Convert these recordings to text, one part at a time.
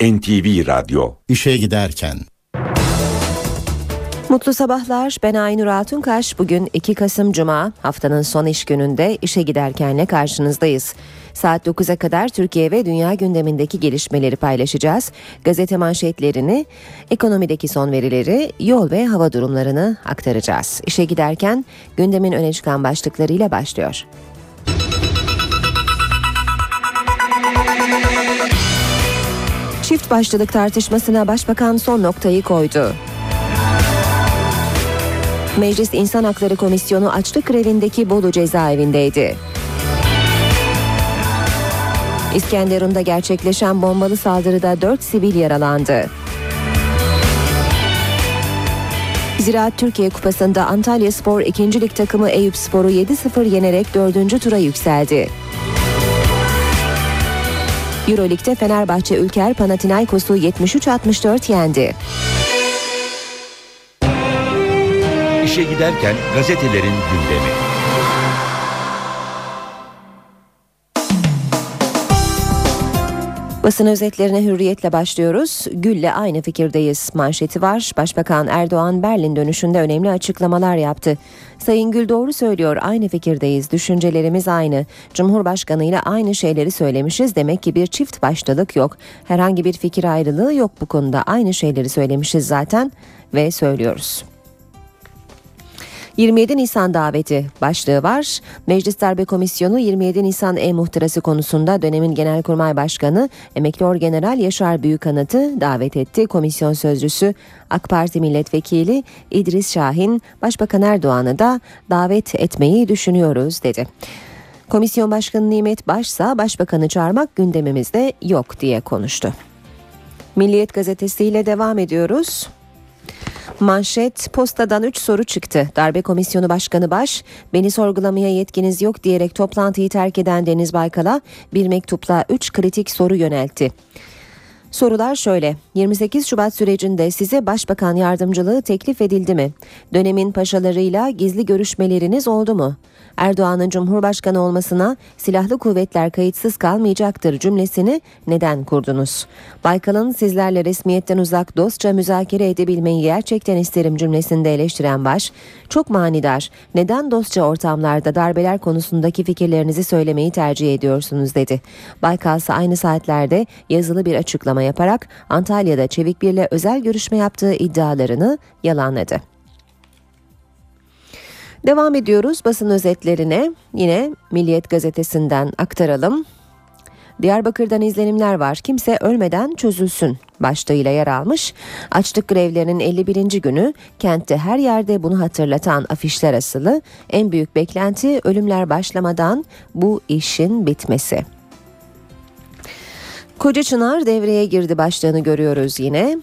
NTV Radyo. İşe giderken. Mutlu sabahlar. Ben Aynur Altunkaş. Bugün 2 Kasım Cuma. Haftanın son iş gününde işe giderkenle karşınızdayız. Saat 9'a kadar Türkiye ve dünya gündemindeki gelişmeleri paylaşacağız. Gazete manşetlerini, ekonomideki son verileri, yol ve hava durumlarını aktaracağız. İşe giderken gündemin öne çıkan başlıklarıyla başlıyor. Çift başlılık tartışmasına Başbakan son noktayı koydu. Meclis İnsan Hakları Komisyonu açlık grevindeki Bolu cezaevindeydi. İskenderun'da gerçekleşen bombalı saldırıda 4 sivil yaralandı. Ziraat Türkiye Kupası'nda Antalyaspor 2. Lig takımı Eyüpspor'u 7-0 yenerek 4. tura yükseldi. Euroleague'de Fenerbahçe Ülker Panathinaikos'u 73-64 yendi. İşe giderken gazetelerin gündemi. Basın özetlerine Hürriyet'le başlıyoruz. Gül'le aynı fikirdeyiz manşeti var. Başbakan Erdoğan Berlin dönüşünde önemli açıklamalar yaptı. Sayın Gül doğru söylüyor, aynı fikirdeyiz, düşüncelerimiz aynı. Cumhurbaşkanı ile aynı şeyleri söylemişiz, demek ki bir çift başlılık yok. Herhangi bir fikir ayrılığı yok bu konuda, aynı şeyleri söylemişiz zaten ve söylüyoruz. 27 Nisan daveti başlığı var. Meclis Darbe Komisyonu 27 Nisan e-muhtırası konusunda dönemin Genelkurmay Başkanı Emekli Orgeneral Yaşar Büyükanıt'ı davet etti. Komisyon sözcüsü AK Parti Milletvekili İdris Şahin, Başbakan Erdoğan'ı da davet etmeyi düşünüyoruz dedi. Komisyon Başkanı Nimet Başsa Başbakan'ı çağırmak gündemimizde yok diye konuştu. Milliyet gazetesiyle devam ediyoruz. Manşet, postadan 3 soru çıktı. Darbe Komisyonu Başkanı Baş, beni sorgulamaya yetkiniz yok diyerek toplantıyı terk eden Deniz Baykal'a bir mektupla 3 kritik soru yöneltti. Sorular şöyle: 28 Şubat sürecinde size Başbakan yardımcılığı teklif edildi mi? Dönemin paşalarıyla gizli görüşmeleriniz oldu mu? Erdoğan'ın Cumhurbaşkanı olmasına silahlı kuvvetler kayıtsız kalmayacaktır cümlesini neden kurdunuz? Baykal'ın sizlerle resmiyetten uzak dostça müzakere edebilmeyi gerçekten isterim cümlesinde eleştiren Baş, çok manidar, neden dostça ortamlarda darbeler konusundaki fikirlerinizi söylemeyi tercih ediyorsunuz dedi. Baykal ise aynı saatlerde yazılı bir açıklama yaparak Antalya'da Çevik Bir'le özel görüşme yaptığı iddialarını yalanladı. Devam ediyoruz basın özetlerine, yine Milliyet gazetesinden aktaralım. Diyarbakır'dan izlenimler var, kimse ölmeden çözülsün başlığıyla yer almış. Açlık grevlerinin 51. günü, kentte her yerde bunu hatırlatan afişler asılı. En büyük beklenti ölümler başlamadan bu işin bitmesi. Kocaçınar devreye girdi başlığını görüyoruz yine.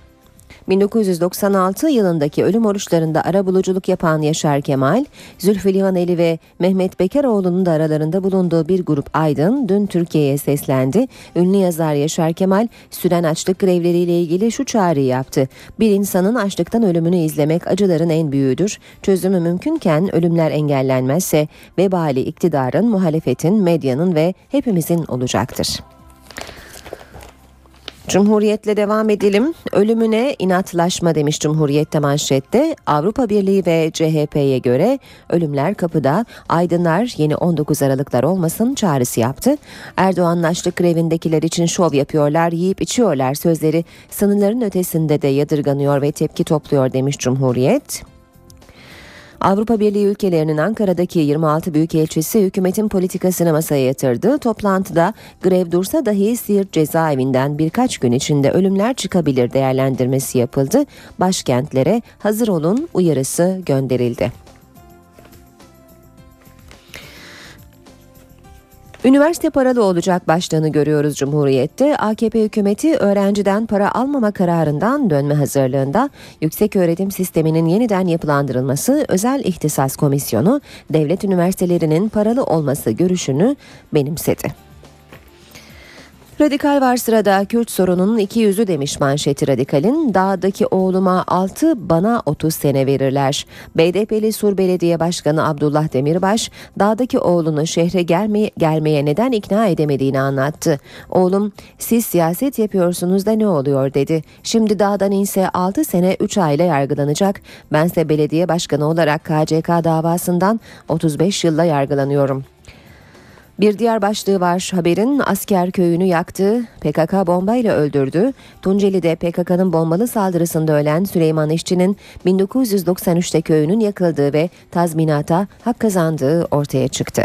1996 yılındaki ölüm oruçlarında arabuluculuk yapan Yaşar Kemal, Zülfü Livaneli ve Mehmet Bekaroğlu'nun da aralarında bulunduğu bir grup aydın dün Türkiye'ye seslendi. Ünlü yazar Yaşar Kemal, süren açlık grevleriyle ilgili şu çağrıyı yaptı. Bir insanın açlıktan ölümünü izlemek acıların en büyüğüdür. Çözümü mümkünken ölümler engellenmezse vebali iktidarın, muhalefetin, medyanın ve hepimizin olacaktır. Cumhuriyet'le devam edelim. Ölümüne inatlaşma demiş Cumhuriyet'te manşette. Avrupa Birliği ve CHP'ye göre ölümler kapıda. Aydınlar yeni 19 Aralıklar olmasın çağrısı yaptı. Erdoğan'ın açlık grevindekiler için şov yapıyorlar, yiyip içiyorlar sözleri sınırların ötesinde de yadırganıyor ve tepki topluyor demiş Cumhuriyet. Avrupa Birliği ülkelerinin Ankara'daki 26 büyükelçisi hükümetin politikasını masaya yatırdı. Toplantıda grev dursa dahi Siirt cezaevinden birkaç gün içinde ölümler çıkabilir değerlendirmesi yapıldı. Başkentlere hazır olun uyarısı gönderildi. Üniversite paralı olacak başlığını görüyoruz Cumhuriyet'te. AKP hükümeti öğrenciden para almama kararından dönme hazırlığında. Yükseköğretim sisteminin yeniden yapılandırılması, özel ihtisas komisyonu devlet üniversitelerinin paralı olması görüşünü benimsedi. Radikal var sırada. Kürt sorununun iki yüzü demiş manşeti Radikal'in. Dağdaki oğluma 6, bana 30 sene verirler. BDP'li Sur Belediye Başkanı Abdullah Demirbaş, dağdaki oğlunu şehre gelmeye neden ikna edemediğini anlattı. Oğlum, siz siyaset yapıyorsunuz da ne oluyor dedi. Şimdi dağdan inse 6 sene 3 ayla yargılanacak. Bense belediye başkanı olarak KCK davasından 35 yılla yargılanıyorum. Bir diğer başlığı var haberin. Asker köyünü yaktı, PKK bombayla öldürdü. Tunceli'de PKK'nın bombalı saldırısında ölen Süleyman İşçi'nin 1993'te köyünün yakıldığı ve tazminata hak kazandığı ortaya çıktı.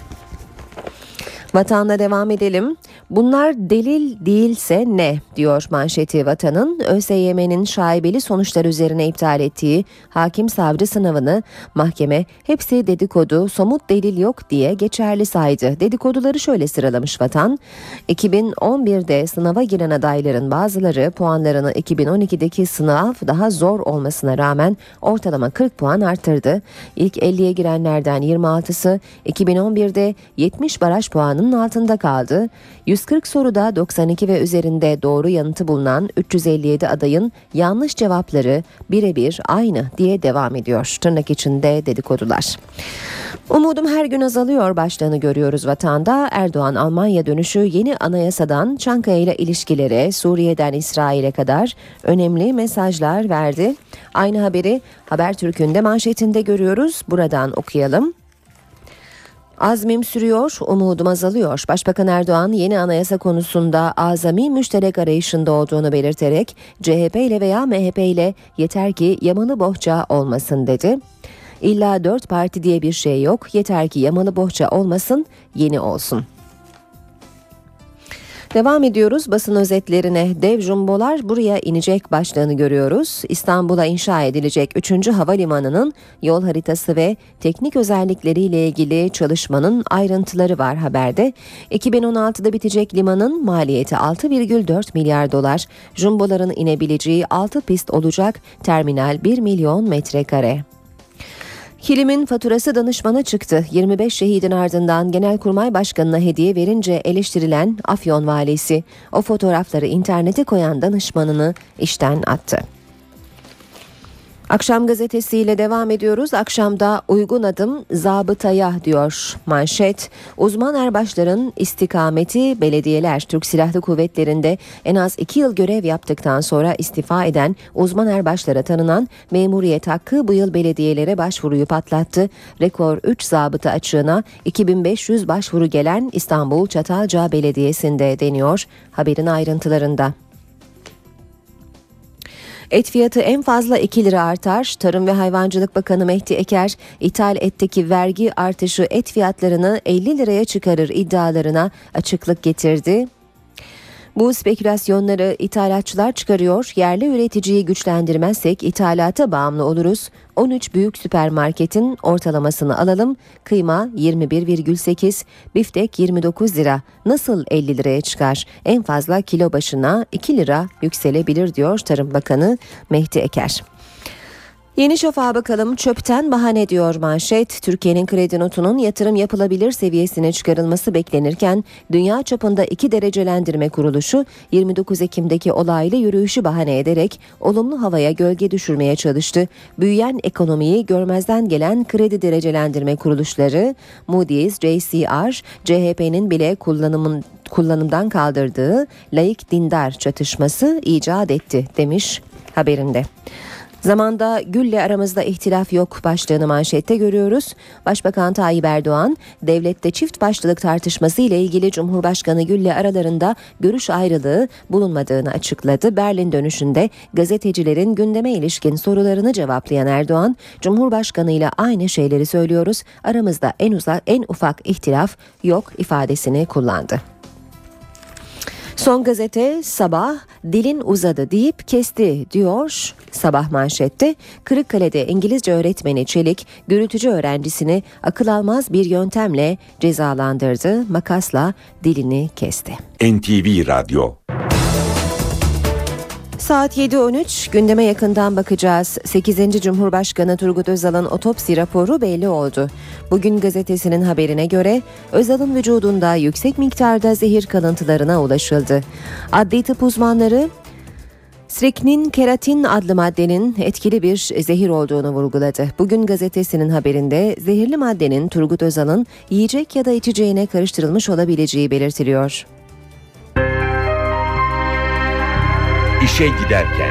Vatan'la devam edelim. Bunlar delil değilse ne diyor manşeti Vatan'ın. ÖSYM'nin şaibeli sonuçlar üzerine iptal ettiği hakim savcı sınavını mahkeme hepsi dedikodu, somut delil yok diye geçerli saydı. Dedikoduları şöyle sıralamış Vatan. 2011'de sınava giren adayların bazıları puanlarını 2012'deki sınav daha zor olmasına rağmen ortalama 40 puan arttırdı. İlk 50'ye girenlerden 26'sı 2011'de 70 baraj puanının altında kaldı. 140 soruda 92 ve üzerinde doğru yanıtı bulunan 357 adayın yanlış cevapları birebir aynı diye devam ediyor. Tırnak içinde dedikodular. Umudum her gün azalıyor başlığını görüyoruz Vatan'da. Erdoğan Almanya dönüşü yeni anayasadan Çankaya ile ilişkilere, Suriye'den İsrail'e kadar önemli mesajlar verdi. Aynı haberi Habertürk'ün de manşetinde görüyoruz. Buradan okuyalım. Azmim sürüyor, umudum azalıyor. Başbakan Erdoğan yeni anayasa konusunda azami müşterek arayışında olduğunu belirterek CHP ile veya MHP ile yeter ki yamalı bohça olmasın dedi. İlla 4 parti diye bir şey yok, yeter ki yamalı bohça olmasın, yeni olsun. Devam ediyoruz basın özetlerine. Dev jumbolar buraya inecek başlığını görüyoruz. İstanbul'a inşa edilecek 3. havalimanının yol haritası ve teknik özellikleriyle ilgili çalışmanın ayrıntıları var haberde. 2016'da bitecek limanın maliyeti 6,4 milyar dolar. Jumboların inebileceği 6 pist olacak, terminal 1 milyon metrekare. Kilim'in faturası danışmana çıktı. 25 şehidin ardından Genelkurmay Başkanı'na hediye verince eleştirilen Afyon valisi o fotoğrafları internete koyan danışmanını işten attı. Akşam gazetesiyle devam ediyoruz. Akşamda uygun adım zabıtaya diyor manşet. Uzman erbaşların istikameti belediyeler. Türk Silahlı Kuvvetleri'nde en az 2 yıl görev yaptıktan sonra istifa eden uzman erbaşlara tanınan memuriyet hakkı bu yıl belediyelere başvuruyu patlattı. Rekor 3 zabıta açığına 2500 başvuru gelen İstanbul Çatalca Belediyesi'nde deniyor haberin ayrıntılarında. Et fiyatı en fazla 2 lira artar. Tarım ve Hayvancılık Bakanı Mehdi Eker, ithal etteki vergi artışı et fiyatlarını 50 liraya çıkarır iddialarına açıklık getirdi. Bu spekülasyonları ithalatçılar çıkarıyor. Yerli üreticiyi güçlendirmezsek ithalata bağımlı oluruz. 13 büyük süpermarketin ortalamasını alalım. Kıyma 21,8, biftek 29 lira. Nasıl 50 liraya çıkar? En fazla kilo başına 2 lira yükselebilir diyor Tarım Bakanı Mehdi Eker. Yeni Şafak'a bakalım. Çöpten bahane diyor manşet. Türkiye'nin kredi notunun yatırım yapılabilir seviyesine çıkarılması beklenirken dünya çapında 2 derecelendirme kuruluşu 29 Ekim'deki olaylı yürüyüşü bahane ederek olumlu havaya gölge düşürmeye çalıştı. Büyüyen ekonomiyi görmezden gelen kredi derecelendirme kuruluşları Moody's, JCR, CHP'nin bile kullanımdan kaldırdığı laik dindar çatışması icat etti demiş haberinde. Zamanda Gül'le aramızda ihtilaf yok başlığını manşette görüyoruz. Başbakan Tayyip Erdoğan, devlette çift başlılık tartışması ile ilgili Cumhurbaşkanı Gül'le aralarında görüş ayrılığı bulunmadığını açıkladı. Berlin dönüşünde gazetecilerin gündeme ilişkin sorularını cevaplayan Erdoğan, Cumhurbaşkanı ile aynı şeyleri söylüyoruz, aramızda en ufak ihtilaf yok ifadesini kullandı. Son gazete Sabah, dilin uzadı deyip kesti diyor Sabah manşette. Kırıkkale'de İngilizce öğretmeni Çelik, gürültücü öğrencisini akıl almaz bir yöntemle cezalandırdı. Makasla dilini kesti. NTV Radyo. Saat 7.13 gündeme yakından bakacağız. 8. Cumhurbaşkanı Turgut Özal'ın otopsi raporu belli oldu. Bugün gazetesinin haberine göre Özal'ın vücudunda yüksek miktarda zehir kalıntılarına ulaşıldı. Adli tıp uzmanları striknin keratin adlı maddenin etkili bir zehir olduğunu vurguladı. Bugün gazetesinin haberinde zehirli maddenin Turgut Özal'ın yiyecek ya da içeceğine karıştırılmış olabileceği belirtiliyor. İşe giderken.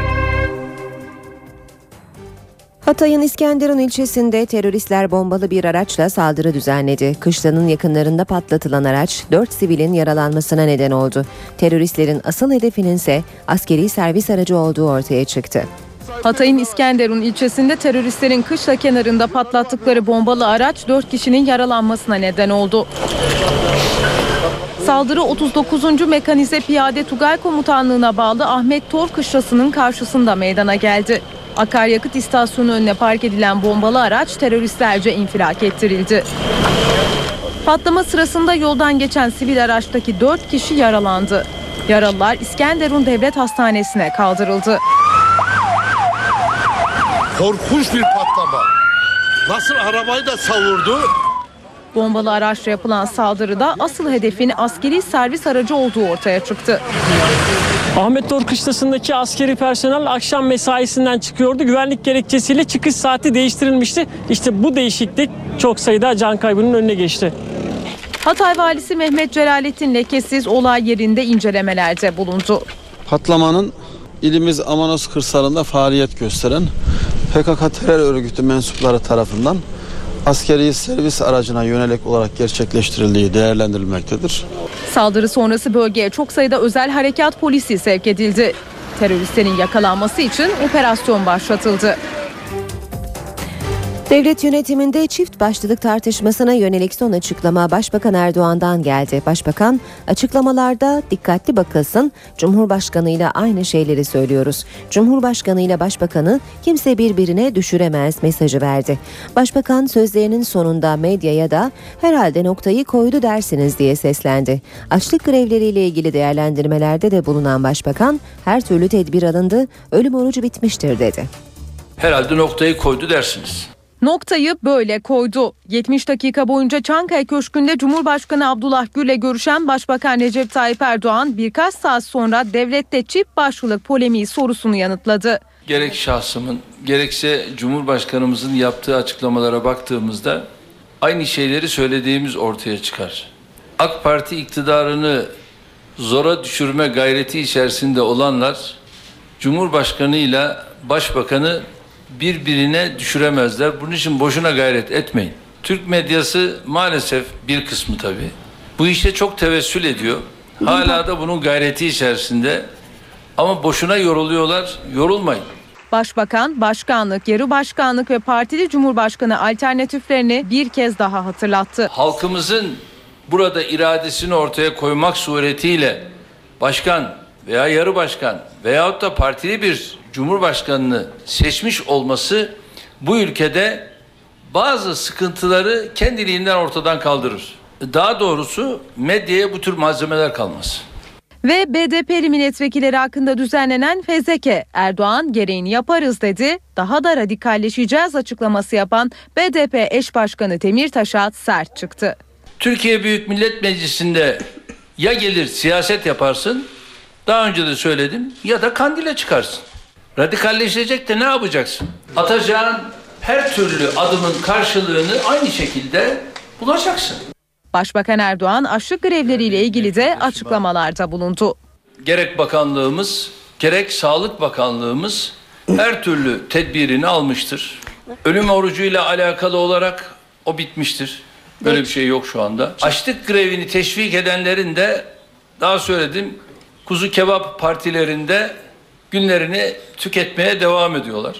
Hatay'ın İskenderun ilçesinde teröristler bombalı bir araçla saldırı düzenledi. Kışlanın yakınlarında patlatılan araç 4 sivilin yaralanmasına neden oldu. Teröristlerin asıl hedefinin ise askeri servis aracı olduğu ortaya çıktı. Hatay'ın İskenderun ilçesinde teröristlerin kışla kenarında patlattıkları bombalı araç 4 kişinin yaralanmasına neden oldu. Saldırı 39. Mekanize Piyade Tugay Komutanlığı'na bağlı Ahmet Tor kışlasının karşısında meydana geldi. Akaryakıt istasyonu önüne park edilen bombalı araç teröristlerce infilak ettirildi. Patlama sırasında yoldan geçen sivil araçtaki 4 kişi yaralandı. Yaralılar İskenderun Devlet Hastanesi'ne kaldırıldı. Korkunç bir patlama. Nasıl arabayı da savurdu? Bombalı araçla yapılan saldırıda asıl hedefin askeri servis aracı olduğu ortaya çıktı. Ahmet Tor kışlasındaki askeri personel akşam mesaisinden çıkıyordu. Güvenlik gerekçesiyle çıkış saati değiştirilmişti. İşte bu değişiklik çok sayıda can kaybının önüne geçti. Hatay Valisi Mehmet Celalettin Lekesiz olay yerinde incelemelerde bulundu. Patlamanın ilimiz Amanos kırsalında faaliyet gösteren PKK terör örgütü mensupları tarafından askeri servis aracına yönelik olarak gerçekleştirildiği değerlendirilmektedir. Saldırı sonrası bölgeye çok sayıda özel harekat polisi sevk edildi. Teröristlerin yakalanması için operasyon başlatıldı. Devlet yönetiminde çift başlılık tartışmasına yönelik son açıklama Başbakan Erdoğan'dan geldi. Başbakan, açıklamalarda dikkatli bakılsın, Cumhurbaşkanı ile aynı şeyleri söylüyoruz. Cumhurbaşkanı ile Başbakanı kimse birbirine düşüremez mesajı verdi. Başbakan sözlerinin sonunda medyaya da herhalde noktayı koydu dersiniz diye seslendi. Açlık grevleriyle ilgili değerlendirmelerde de bulunan Başbakan, her türlü tedbir alındı, ölüm orucu bitmiştir dedi. Herhalde noktayı koydu dersiniz. Noktayı böyle koydu. 70 dakika boyunca Çankaya Köşkü'nde Cumhurbaşkanı Abdullah Gül'le görüşen Başbakan Recep Tayyip Erdoğan birkaç saat sonra devlette çift başlılık polemiği sorusunu yanıtladı. Gerek şahsımın gerekse Cumhurbaşkanımızın yaptığı açıklamalara baktığımızda aynı şeyleri söylediğimiz ortaya çıkar. AK Parti iktidarını zora düşürme gayreti içerisinde olanlar Cumhurbaşkanı ile Başbakanı birbirine düşüremezler. Bunun için boşuna gayret etmeyin. Türk medyası maalesef bir kısmı tabii bu işte çok tevessül ediyor. Hala da bunun gayreti içerisinde. Ama boşuna yoruluyorlar. Yorulmayın. Başbakan, başkanlık, yarı başkanlık ve partili cumhurbaşkanı alternatiflerini bir kez daha hatırlattı. Halkımızın burada iradesini ortaya koymak suretiyle başkan veya yarı başkan veyahut da partili bir cumhurbaşkanını seçmiş olması bu ülkede bazı sıkıntıları kendiliğinden ortadan kaldırır. Daha doğrusu medyaya bu tür malzemeler kalmaz. Ve BDP'li milletvekilleri hakkında düzenlenen fezleke, Erdoğan gereğini yaparız dedi. Daha da radikalleşeceğiz açıklaması yapan BDP eş başkanı Demirtaş'a sert çıktı. Türkiye Büyük Millet Meclisi'nde ya gelir siyaset yaparsın, daha önce de söyledim, ya da kandile çıkarsın. Radikalleşecek de ne yapacaksın? Atacağın her türlü adımın karşılığını aynı şekilde bulacaksın. Başbakan Erdoğan açlık grevleriyle ilgili de açıklamalarda bulundu. Gerek bakanlığımız, gerek Sağlık Bakanlığımız her türlü tedbirini almıştır. Ölüm orucuyla alakalı olarak o bitmiştir. Böyle bir şey yok şu anda. Açlık grevini teşvik edenlerin de daha söyledim, kuzu kebap partilerinde günlerini tüketmeye devam ediyorlar.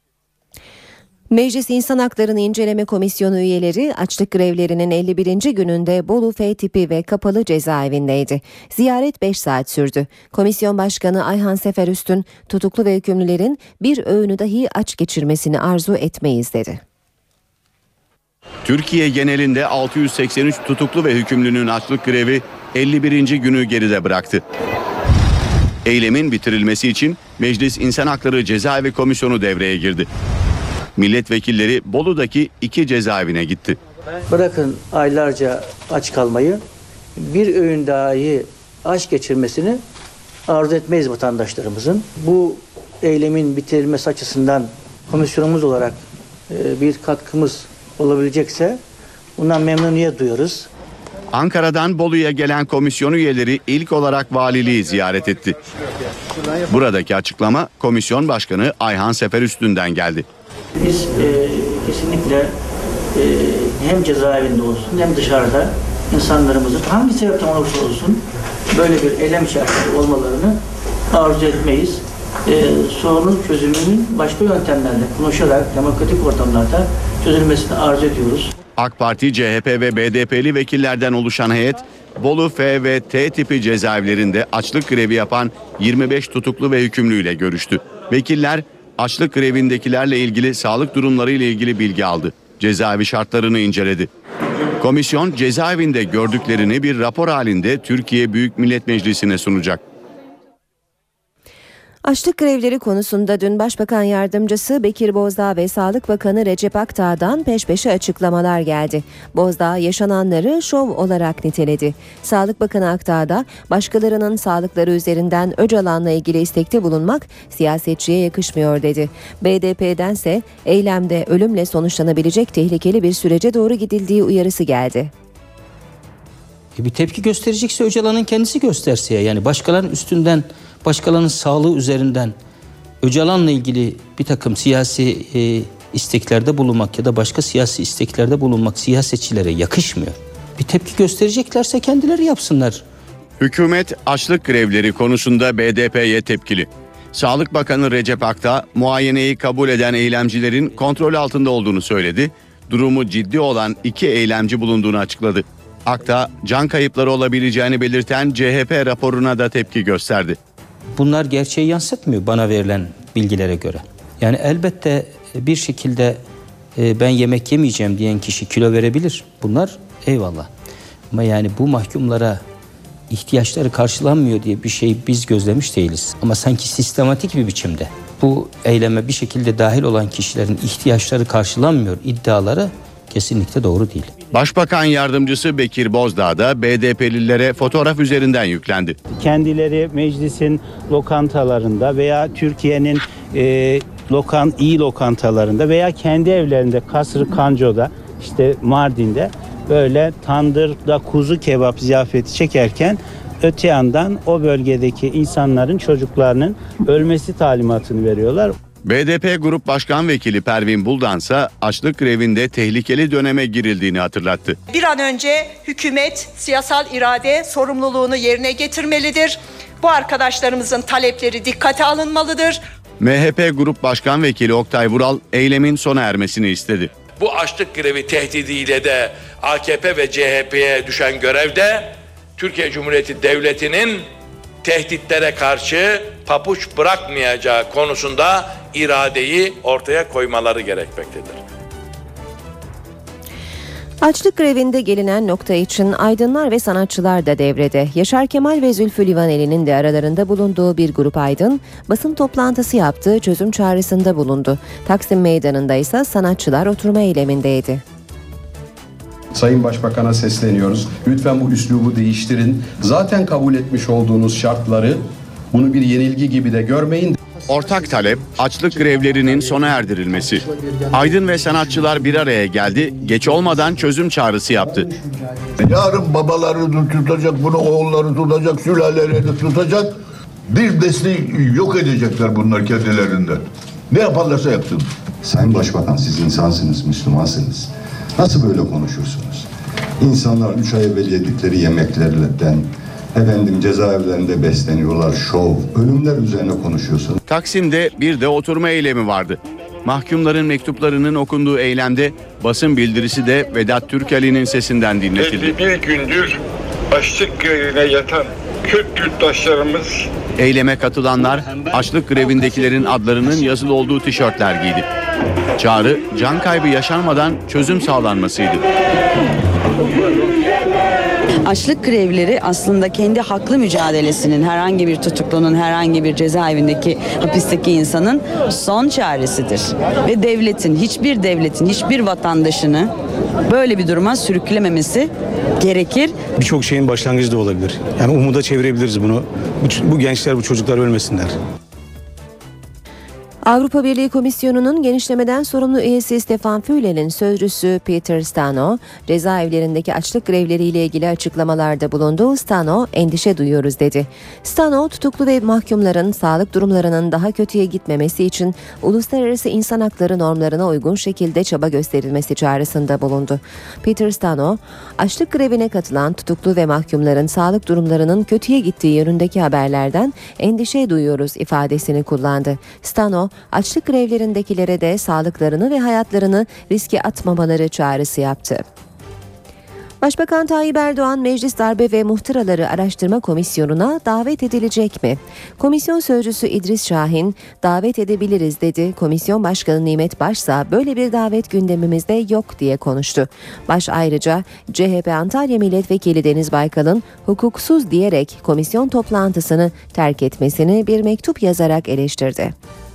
Meclis İnsan Haklarını İnceleme Komisyonu üyeleri açlık grevlerinin 51. gününde Bolu F tipi ve kapalı cezaevindeydi. Ziyaret 5 saat sürdü. Komisyon Başkanı Ayhan Seferüstün tutuklu ve hükümlülerin bir öğünü dahi aç geçirmesini arzu etmeyiz dedi. Türkiye genelinde 683 tutuklu ve hükümlünün açlık grevi 51. günü geride bıraktı. Eylemin bitirilmesi için Meclis İnsan Hakları Cezaevi Komisyonu devreye girdi. Milletvekilleri Bolu'daki 2 cezaevine gitti. Bırakın aylarca aç kalmayı, bir öğün dahi aç geçirmesini arzu etmeyiz vatandaşlarımızın. Bu eylemin bitirilmesi açısından komisyonumuz olarak bir katkımız olabilecekse bundan memnuniyet duyarız. Ankara'dan Bolu'ya gelen komisyon üyeleri ilk olarak valiliği ziyaret etti. Buradaki açıklama komisyon başkanı Ayhan Seferüstü'nden geldi. Biz kesinlikle hem cezaevinde olsun hem dışarıda insanlarımızın hangi sebepten olursa olsun böyle bir eylem içerisinde olmalarını arzu etmeyiz. Sorunun çözümünün başka yöntemlerle konuşarak demokratik ortamlarda çözülmesini arzu ediyoruz. AK Parti, CHP ve BDP'li vekillerden oluşan heyet, Bolu F ve T tipi cezaevlerinde açlık grevi yapan 25 tutuklu ve hükümlüyle görüştü. Vekiller, açlık grevindekilerle ilgili sağlık durumları ile ilgili bilgi aldı. Cezaevi şartlarını inceledi. Komisyon, cezaevinde gördüklerini bir rapor halinde Türkiye Büyük Millet Meclisi'ne sunacak. Açlık grevleri konusunda dün Başbakan Yardımcısı Bekir Bozdağ ve Sağlık Bakanı Recep Akdağ'dan peş peşe açıklamalar geldi. Bozdağ yaşananları şov olarak niteledi. Sağlık Bakanı Akdağ da başkalarının sağlıkları üzerinden Öcalan'la ilgili istekte bulunmak siyasetçiye yakışmıyor dedi. BDP'dense eylemde ölümle sonuçlanabilecek tehlikeli bir sürece doğru gidildiği uyarısı geldi. Bir tepki gösterecekse Öcalan'ın kendisi gösterse ya. Yani başkalarının üstünden, başkalarının sağlığı üzerinden Öcalan'la ilgili bir takım siyasi isteklerde bulunmak ya da başka siyasi isteklerde bulunmak siyasetçilere yakışmıyor. Bir tepki göstereceklerse kendileri yapsınlar. Hükümet açlık grevleri konusunda BDP'ye tepkili. Sağlık Bakanı Recep Akdağ muayeneyi kabul eden eylemcilerin kontrol altında olduğunu söyledi. Durumu ciddi olan 2 eylemci bulunduğunu açıkladı. Akdağ can kayıpları olabileceğini belirten CHP raporuna da tepki gösterdi. Bunlar gerçeği yansıtmıyor bana verilen bilgilere göre. Yani elbette bir şekilde ben yemek yemeyeceğim diyen kişi kilo verebilir. Bunlar eyvallah. Ama yani bu mahkumlara ihtiyaçları karşılanmıyor diye bir şey biz gözlemiş değiliz. Ama sanki sistematik bir biçimde bu eyleme bir şekilde dahil olan kişilerin ihtiyaçları karşılanmıyor iddiaları kesinlikle doğru değil. Başbakan Yardımcısı Bekir Bozdağ da BDP'lilere fotoğraf üzerinden yüklendi. Kendileri meclisin lokantalarında veya Türkiye'nin iyi lokantalarında veya kendi evlerinde Kasrı Kanco'da işte Mardin'de böyle tandırda kuzu kebap ziyafeti çekerken öte yandan o bölgedeki insanların çocuklarının ölmesi talimatını veriyorlar. BDP Grup Başkan Vekili Pervin Buldan ise açlık grevinde tehlikeli döneme girildiğini hatırlattı. Bir an önce hükümet siyasal irade sorumluluğunu yerine getirmelidir. Bu arkadaşlarımızın talepleri dikkate alınmalıdır. MHP Grup Başkan Vekili Oktay Vural eylemin sona ermesini istedi. Bu açlık grevi tehdidiyle de AKP ve CHP'ye düşen görevde Türkiye Cumhuriyeti Devleti'nin tehditlere karşı papuç bırakmayacağı konusunda iradeyi ortaya koymaları gerekmektedir. Açlık grevinde gelinen nokta için aydınlar ve sanatçılar da devrede. Yaşar Kemal ve Zülfü Livaneli'nin de aralarında bulunduğu bir grup aydın basın toplantısı yaptığı çözüm çağrısında bulundu. Taksim Meydanı'nda ise sanatçılar oturma eylemindeydi. Sayın Başbakan'a sesleniyoruz. Lütfen bu üslubu değiştirin. Zaten kabul etmiş olduğunuz şartları bunu bir yenilgi gibi de görmeyin. Ortak talep açlık grevlerinin sona erdirilmesi. Aydın ve sanatçılar bir araya geldi, geç olmadan çözüm çağrısı yaptı. Yarın babalarını tutacak, bunu oğulları tutacak, sülaleleri tutacak. Bir nesli yok edecekler bunlar kendilerinden. Ne yaparlarsa yapsın. Sayın Başbakan, siz insansınız, Müslümansınız. Nasıl böyle konuşursunuz? İnsanlar 3 ay evvel yedikleri yemeklerden, cezaevlerinde besleniyorlar, şov, ölümler üzerine konuşuyorsunuz. Taksim'de bir de oturma eylemi vardı. Mahkumların mektuplarının okunduğu eylemde basın bildirisi de Vedat Türkali'nin sesinden dinletildi. 51 gündür açlık grevine yatan Kürt yurttaşlarımız... Eyleme katılanlar açlık grevindekilerin adlarının yazılı olduğu tişörtler giydi. Çağrı can kaybı yaşanmadan çözüm sağlanmasıydı. Açlık grevleri aslında kendi haklı mücadelesinin herhangi bir tutuklunun, herhangi bir cezaevindeki hapisteki insanın son çaresidir. Ve devletin, hiçbir vatandaşını böyle bir duruma sürüklememesi gerekir. Birçok şeyin başlangıcı da olabilir. Yani umuda çevirebiliriz bunu. Bu gençler, bu çocuklar ölmesinler. Avrupa Birliği Komisyonu'nun genişlemeden sorumlu üyesi Stefan Fülle'nin sözcüsü Peter Stano, cezaevlerindeki açlık grevleriyle ilgili açıklamalarda bulundu. Stano, endişe duyuyoruz dedi. Stano, tutuklu ve mahkumların sağlık durumlarının daha kötüye gitmemesi için uluslararası insan hakları normlarına uygun şekilde çaba gösterilmesi çağrısında bulundu. Peter Stano, açlık grevine katılan tutuklu ve mahkumların sağlık durumlarının kötüye gittiği yönündeki haberlerden endişe duyuyoruz ifadesini kullandı. Stano, açlık grevlerindekilere de sağlıklarını ve hayatlarını riske atmamaları çağrısı yaptı. Başbakan Tayyip Erdoğan, Meclis Darbe ve Muhtıraları Araştırma Komisyonu'na davet edilecek mi? Komisyon sözcüsü İdris Şahin, davet edebiliriz dedi. Komisyon Başkanı Nimet Başsa böyle bir davet gündemimizde yok diye konuştu. Baş ayrıca CHP Antalya Milletvekili Deniz Baykal'ın hukuksuz diyerek komisyon toplantısını terk etmesini bir mektup yazarak eleştirdi.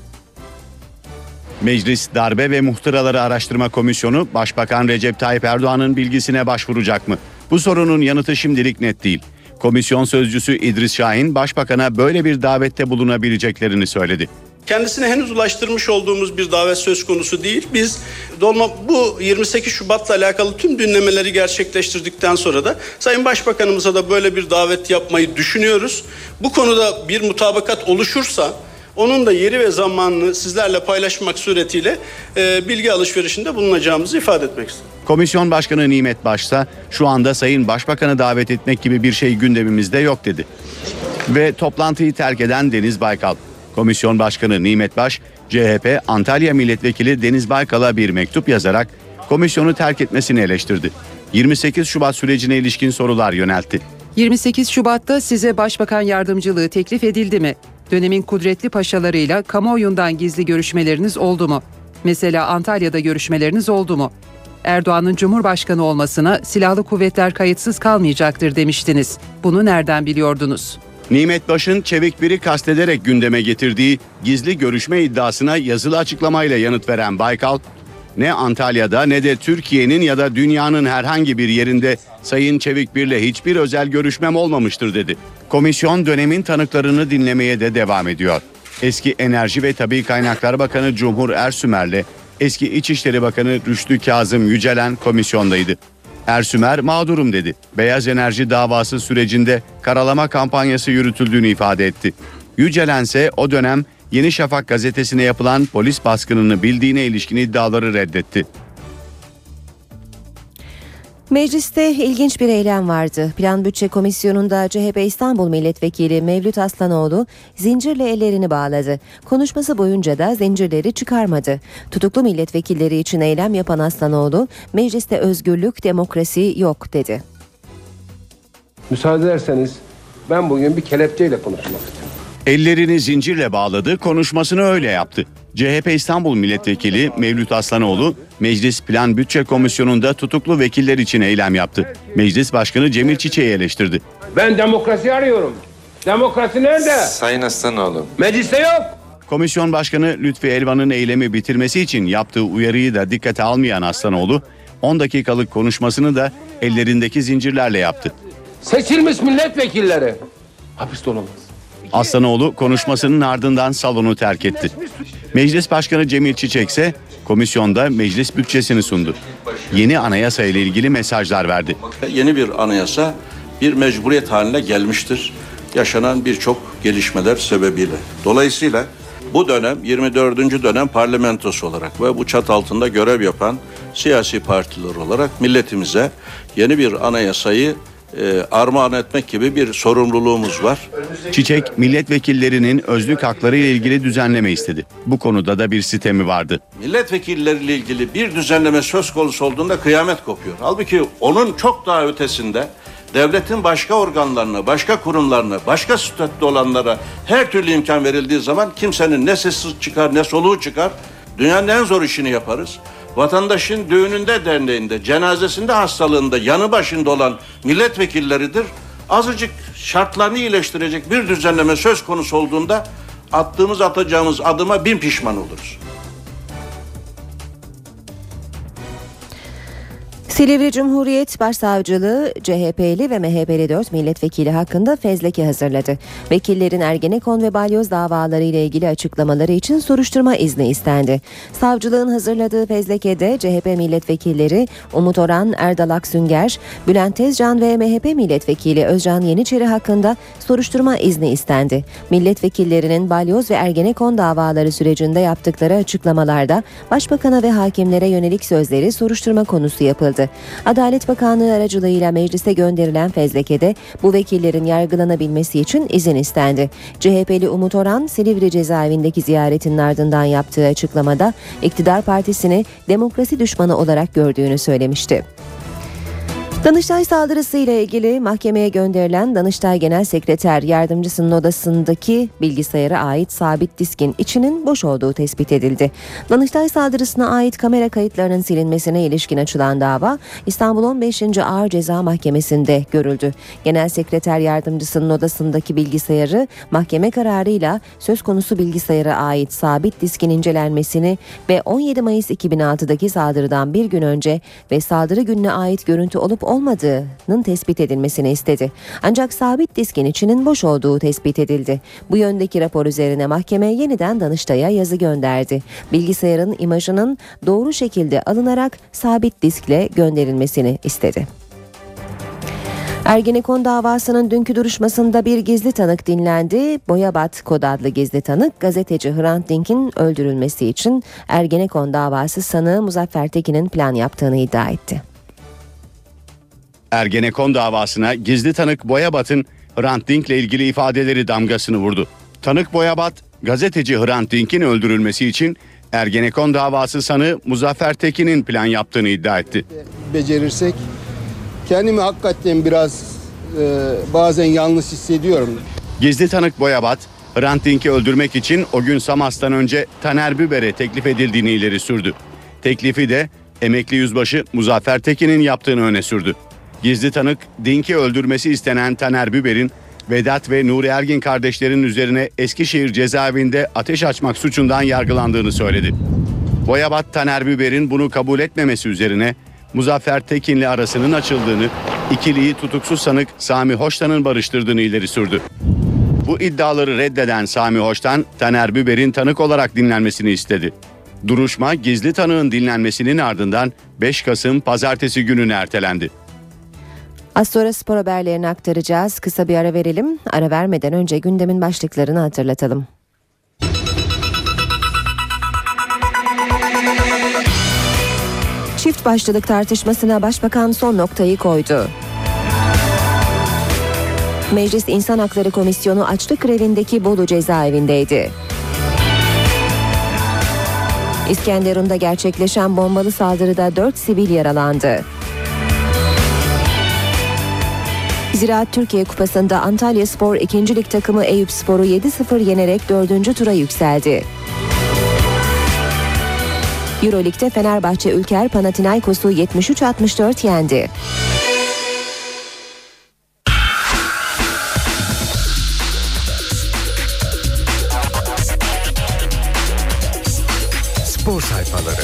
Meclis Darbe ve Muhtıraları Araştırma Komisyonu Başbakan Recep Tayyip Erdoğan'ın bilgisine başvuracak mı? Bu sorunun yanıtı şimdilik net değil. Komisyon sözcüsü İdris Şahin, Başbakan'a böyle bir davette bulunabileceklerini söyledi. Kendisine henüz ulaştırmış olduğumuz bir davet söz konusu değil. Biz bu 28 Şubat'la alakalı tüm dinlemeleri gerçekleştirdikten sonra da Sayın Başbakanımıza da böyle bir davet yapmayı düşünüyoruz. Bu konuda bir mutabakat oluşursa onun da yeri ve zamanını sizlerle paylaşmak suretiyle bilgi alışverişinde bulunacağımızı ifade etmek istedim. Komisyon Başkanı Nimet Başsa şu anda Sayın Başbakan'ı davet etmek gibi bir şey gündemimizde yok dedi. Ve toplantıyı terk eden Deniz Baykal. Komisyon Başkanı Nimet Baş, CHP Antalya Milletvekili Deniz Baykal'a bir mektup yazarak komisyonu terk etmesini eleştirdi. 28 Şubat sürecine ilişkin sorular yöneltti. 28 Şubat'ta size Başbakan yardımcılığı teklif edildi mi? Dönemin kudretli paşalarıyla kamuoyundan gizli görüşmeleriniz oldu mu? Mesela Antalya'da görüşmeleriniz oldu mu? Erdoğan'ın Cumhurbaşkanı olmasına silahlı kuvvetler kayıtsız kalmayacaktır demiştiniz. Bunu nereden biliyordunuz? Nimet Baş'ın çevik biri kastederek gündeme getirdiği gizli görüşme iddiasına yazılı açıklamayla yanıt veren Baykal, ne Antalya'da ne de Türkiye'nin ya da dünyanın herhangi bir yerinde Sayın Çevikbir'le hiçbir özel görüşmem olmamıştır dedi. Komisyon dönemin tanıklarını dinlemeye de devam ediyor. Eski Enerji ve Tabii Kaynaklar Bakanı Cumhur Ersümer'le eski İçişleri Bakanı Rüştü Kazım Yücelen komisyondaydı. Ersümer mağdurum dedi. Beyaz enerji davası sürecinde karalama kampanyası yürütüldüğünü ifade etti. Yücelen ise o dönem Yeni Şafak gazetesine yapılan polis baskınını bildiğine ilişkin iddiaları reddetti. Mecliste ilginç bir eylem vardı. Plan Bütçe Komisyonu'nda CHP İstanbul Milletvekili Mevlüt Aslanoğlu zincirle ellerini bağladı. Konuşması boyunca da zincirleri çıkarmadı. Tutuklu milletvekilleri için eylem yapan Aslanoğlu, mecliste özgürlük, demokrasi yok dedi. Müsaade ederseniz ben bugün bir kelepçeyle konuşmak istiyorum. Ellerini zincirle bağladı, konuşmasını öyle yaptı. CHP İstanbul Milletvekili Mevlüt Aslanoğlu, Meclis Plan Bütçe Komisyonu'nda tutuklu vekiller için eylem yaptı. Meclis Başkanı Cemil Çiçek'i eleştirdi. Ben demokrasi arıyorum. Demokrasi nerede? Sayın Aslanoğlu. Mecliste yok. Komisyon Başkanı Lütfi Elvan'ın eylemi bitirmesi için yaptığı uyarıyı da dikkate almayan Aslanoğlu, 10 dakikalık konuşmasını da ellerindeki zincirlerle yaptı. Seçilmiş milletvekilleri hapiste olamaz. Aslanoğlu konuşmasının ardından salonu terk etti. Meclis Başkanı Cemil Çiçek ise komisyonda meclis bütçesini sundu. Yeni anayasa ile ilgili mesajlar verdi. Yeni bir anayasa bir mecburiyet haline gelmiştir. Yaşanan birçok gelişmeler sebebiyle. Dolayısıyla bu dönem 24. dönem parlamentosu olarak ve bu çat altında görev yapan siyasi partiler olarak milletimize yeni bir anayasayı armağan etmek gibi bir sorumluluğumuz var. Çiçek, milletvekillerinin özlük hakları ile ilgili düzenleme istedi. Bu konuda da bir sistemi vardı. Milletvekilleriyle ilgili bir düzenleme söz konusu olduğunda kıyamet kopuyor. Halbuki onun çok daha ötesinde devletin başka organlarına, başka kurumlarına, başka statüde olanlara her türlü imkan verildiği zaman kimsenin ne sesi çıkar ne soluğu çıkar. Dünyanın en zor işini yaparız. vatandaşın düğününde, derneğinde, cenazesinde, hastalığında yanı başında olan milletvekilleridir. Azıcık şartlarını iyileştirecek bir düzenleme söz konusu olduğunda atacağımız adıma bin pişman oluruz. Silivri Cumhuriyet Başsavcılığı CHP'li ve MHP'li 4 milletvekili hakkında fezleke hazırladı. Vekillerin Ergenekon ve Balyoz davaları ile ilgili açıklamaları için soruşturma izni istendi. Savcılığın hazırladığı fezlekede CHP milletvekilleri Umut Orhan, Erdal Aksünger, Bülent Tezcan ve MHP milletvekili Özcan Yeniçeri hakkında soruşturma izni istendi. Milletvekillerinin Balyoz ve Ergenekon davaları sürecinde yaptıkları açıklamalarda Başbakan'a ve hakimlere yönelik sözleri soruşturma konusu yapıldı. Adalet Bakanlığı aracılığıyla meclise gönderilen fezlekede bu vekillerin yargılanabilmesi için izin istendi. CHP'li Umut Orhan, Silivri cezaevindeki ziyaretinin ardından yaptığı açıklamada iktidar partisini demokrasi düşmanı olarak gördüğünü söylemişti. Danıştay saldırısı ile ilgili mahkemeye gönderilen Danıştay Genel Sekreter Yardımcısının odasındaki bilgisayara ait sabit diskin içinin boş olduğu tespit edildi. Danıştay saldırısına ait kamera kayıtlarının silinmesine ilişkin açılan dava İstanbul 15. Ağır Ceza Mahkemesi'nde görüldü. Genel Sekreter Yardımcısının odasındaki bilgisayarı mahkeme kararıyla söz konusu bilgisayara ait sabit diskin incelenmesini ve 17 Mayıs 2006'daki saldırıdan bir gün önce ve saldırı gününe ait görüntü olup olmadığının tespit edilmesini istedi. Ancak sabit diskin içinin boş olduğu tespit edildi. Bu yöndeki rapor üzerine mahkeme yeniden Danıştay'a yazı gönderdi. Bilgisayarın imajının doğru şekilde alınarak sabit diskle gönderilmesini istedi. Ergenekon davasının dünkü duruşmasında bir gizli tanık dinlendi. Boyabat Kod adlı gizli tanık, gazeteci Hrant Dink'in öldürülmesi için Ergenekon davası sanığı Muzaffer Tekin'in plan yaptığını iddia etti. Ergenekon davasına gizli tanık Boyabat'ın Hrant Dink'le ilgili ifadeleri damgasını vurdu. Tanık Boyabat, gazeteci Hrant Dink'in öldürülmesi için Ergenekon davası sanığı Muzaffer Tekin'in plan yaptığını iddia etti. Becerirsek kendimi hakikaten biraz bazen yalnız hissediyorum. Gizli tanık Boyabat, Hrant Dink'i öldürmek için o gün Samas'tan önce Taner Büber'e teklif edildiğini ileri sürdü. Teklifi de emekli yüzbaşı Muzaffer Tekin'in yaptığını öne sürdü. Gizli tanık, Dink'i öldürmesi istenen Taner Büber'in Vedat ve Nuri Ergin kardeşlerin üzerine Eskişehir cezaevinde ateş açmak suçundan yargılandığını söyledi. Boyabat, Taner Büber'in bunu kabul etmemesi üzerine Muzaffer Tekin'le arasının açıldığını, ikiliyi tutuksuz sanık Sami Hoştan'ın barıştırdığını ileri sürdü. Bu iddiaları reddeden Sami Hoştan, Taner Büber'in tanık olarak dinlenmesini istedi. Duruşma, gizli tanığın dinlenmesinin ardından 5 Kasım Pazartesi gününe ertelendi. Az sonra spor haberlerini aktaracağız. Kısa bir ara verelim. Ara vermeden önce gündemin başlıklarını hatırlatalım. Çift başlılık tartışmasına Başbakan son noktayı koydu. Meclis İnsan Hakları Komisyonu açlık grevindeki Bolu cezaevindeydi. İskenderun'da gerçekleşen bombalı saldırıda 4 sivil yaralandı. Ziraat Türkiye Kupası'nda Antalyaspor 2. Lig takımı Eyüpspor'u 7-0 yenerek 4. tura yükseldi. Euroleague'de Fenerbahçe Ülker Panathinaikos'u 73-64 yendi. Spor sayfaları.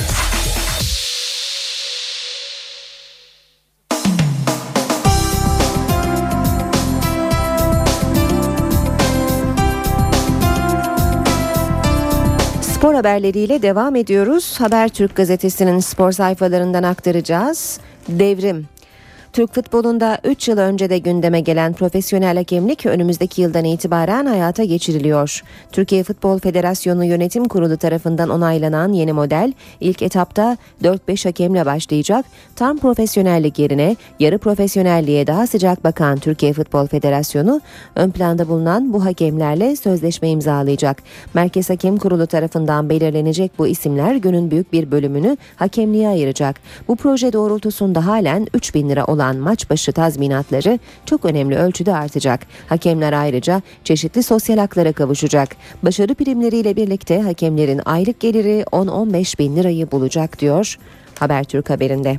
Spor haberleriyle devam ediyoruz. Habertürk gazetesinin spor sayfalarından aktaracağız. Devrim. Türk futbolunda 3 yıl önce de gündeme gelen profesyonel hakemlik önümüzdeki yıldan itibaren hayata geçiriliyor. Türkiye Futbol Federasyonu Yönetim Kurulu tarafından onaylanan yeni model ilk etapta 4-5 hakemle başlayacak. Tam profesyonellik yerine yarı profesyonelliğe daha sıcak bakan Türkiye Futbol Federasyonu ön planda bulunan bu hakemlerle sözleşme imzalayacak. Merkez Hakem Kurulu tarafından belirlenecek bu isimler günün büyük bir bölümünü hakemliğe ayıracak. Bu proje doğrultusunda halen 3.000 lira olan olan maç başı tazminatları çok önemli ölçüde artacak. Hakemler ayrıca çeşitli sosyal haklara kavuşacak. Başarı primleriyle birlikte hakemlerin aylık geliri 10-15 bin lirayı bulacak diyor Habertürk haberinde.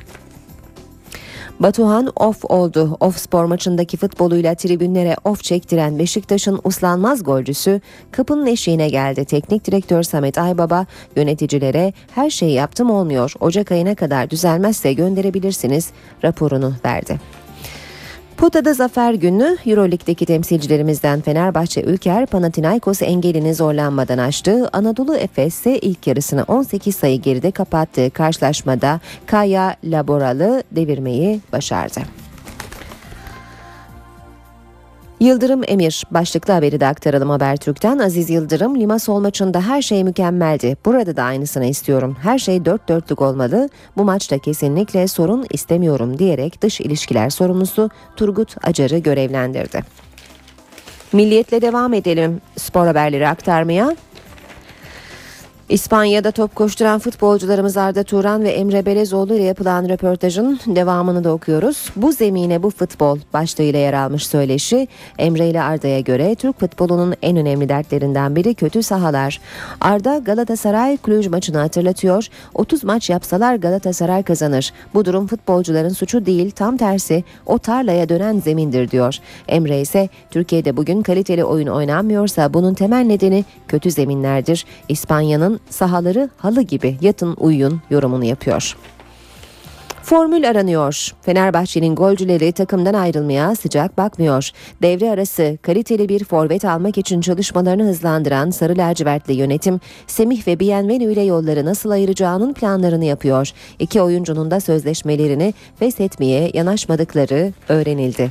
Batuhan off oldu. Off spor maçındaki futboluyla tribünlere off çektiren Beşiktaş'ın uslanmaz golcüsü kapının eşiğine geldi. Teknik direktör Samet Aybaba yöneticilere her şeyi yaptım olmuyor, Ocak ayına kadar düzelmezse gönderebilirsiniz raporunu verdi. Pota'da zafer günü Euroleague'deki temsilcilerimizden Fenerbahçe Ülker Panathinaikos'u engelini zorlanmadan aştı. Anadolu Efes ise ilk yarısını 18 sayı geride kapattığı karşılaşmada Kaya Laboral'ı devirmeyi başardı. Yıldırım Emir başlıklı haberi de aktaralım Habertürk'ten. Aziz Yıldırım, Limassol maçında her şey mükemmeldi. Burada da aynısını istiyorum. Her şey dört dörtlük olmalı. Bu maçta kesinlikle sorun istemiyorum diyerek dış ilişkiler sorumlusu Turgut Acar'ı görevlendirdi. Milliyetle devam edelim spor haberleri aktarmaya. İspanya'da top koşturan futbolcularımız Arda Turan ve Emre Belezoğlu ile yapılan röportajın devamını da okuyoruz. Bu zemine bu futbol başlığıyla yer almış söyleşi. Emre ile Arda'ya göre Türk futbolunun en önemli dertlerinden biri kötü sahalar. Arda Galatasaray Cluj maçını hatırlatıyor. 30 maç yapsalar Galatasaray kazanır. Bu durum futbolcuların suçu değil, tam tersi o tarlaya dönen zemindir diyor. Emre ise Türkiye'de bugün kaliteli oyun oynanmıyorsa bunun temel nedeni kötü zeminlerdir. İspanya'nın sahaları halı gibi, yatın uyuyun yorumunu yapıyor. Formül aranıyor. Fenerbahçe'nin golcüleri takımdan ayrılmaya sıcak bakmıyor. Devre arası kaliteli bir forvet almak için çalışmalarını hızlandıran Sarı Lacivertli yönetim, Semih ve Bienvenu ile yolları nasıl ayıracağının planlarını yapıyor. İki oyuncunun da sözleşmelerini feshetmeye yanaşmadıkları öğrenildi.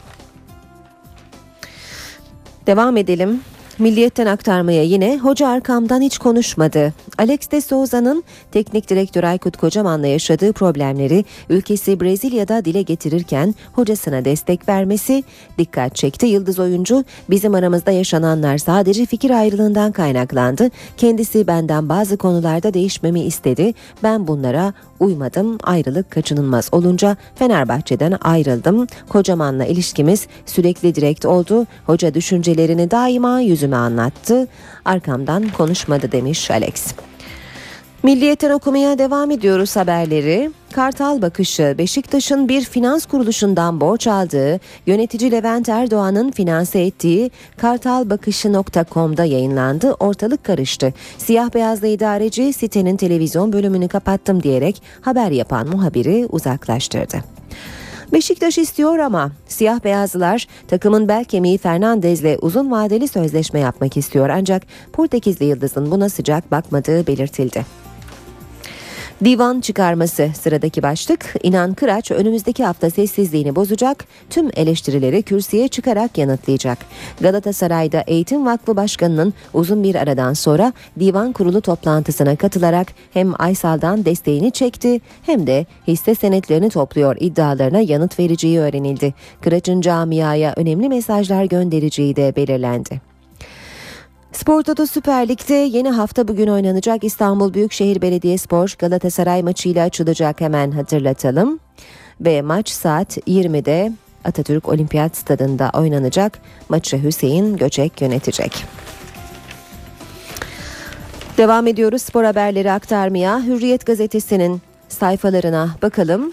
Devam edelim. Milliyet'ten aktarmaya yine hoca arkamdan hiç konuşmadı. Alex de Souza'nın teknik direktör Aykut Kocaman'la yaşadığı problemleri ülkesi Brezilya'da dile getirirken hocasına destek vermesi dikkat çekti. Yıldız oyuncu, bizim aramızda yaşananlar sadece fikir ayrılığından kaynaklandı. Kendisi benden bazı konularda değişmemi istedi. Ben bunlara uymadım. Ayrılık kaçınılmaz olunca Fenerbahçe'den ayrıldım. Kocaman'la ilişkimiz sürekli direkt oldu. Hoca düşüncelerini daima yüzüme anlattı. Arkamdan konuşmadı demiş Alex. Milliyetten okumaya devam ediyoruz haberleri. Kartal bakışı, Beşiktaş'ın bir finans kuruluşundan borç aldığı, yönetici Levent Erdoğan'ın finanse ettiği kartalbakışı.com'da yayınlandı. Ortalık karıştı. Siyah beyazlı idareci sitenin televizyon bölümünü kapattım diyerek haber yapan muhabiri uzaklaştırdı. Beşiktaş istiyor ama siyah beyazlılar takımın bel kemiği Fernandez'le uzun vadeli sözleşme yapmak istiyor. Ancak Portekizli Yıldız'ın buna sıcak bakmadığı belirtildi. Divan çıkarması sıradaki başlık. İnan Kıraç önümüzdeki hafta sessizliğini bozacak, tüm eleştirileri kürsüye çıkarak yanıtlayacak. Galatasaray'da Eğitim Vakfı Başkanı'nın uzun bir aradan sonra divan kurulu toplantısına katılarak hem Aysal'dan desteğini çekti hem de hisse senetlerini topluyor iddialarına yanıt vereceği öğrenildi. Kıraç'ın camiaya önemli mesajlar göndereceği de belirlendi. Spor Toto Süper Lig'de yeni hafta bugün oynanacak. İstanbul Büyükşehir Belediyespor Galatasaray maçıyla açılacak, hemen hatırlatalım. Ve maç saat 20'de Atatürk Olimpiyat Stadında oynanacak. Maçı Hüseyin Göçek yönetecek. Devam ediyoruz spor haberleri aktarmaya. Hürriyet gazetesinin sayfalarına bakalım.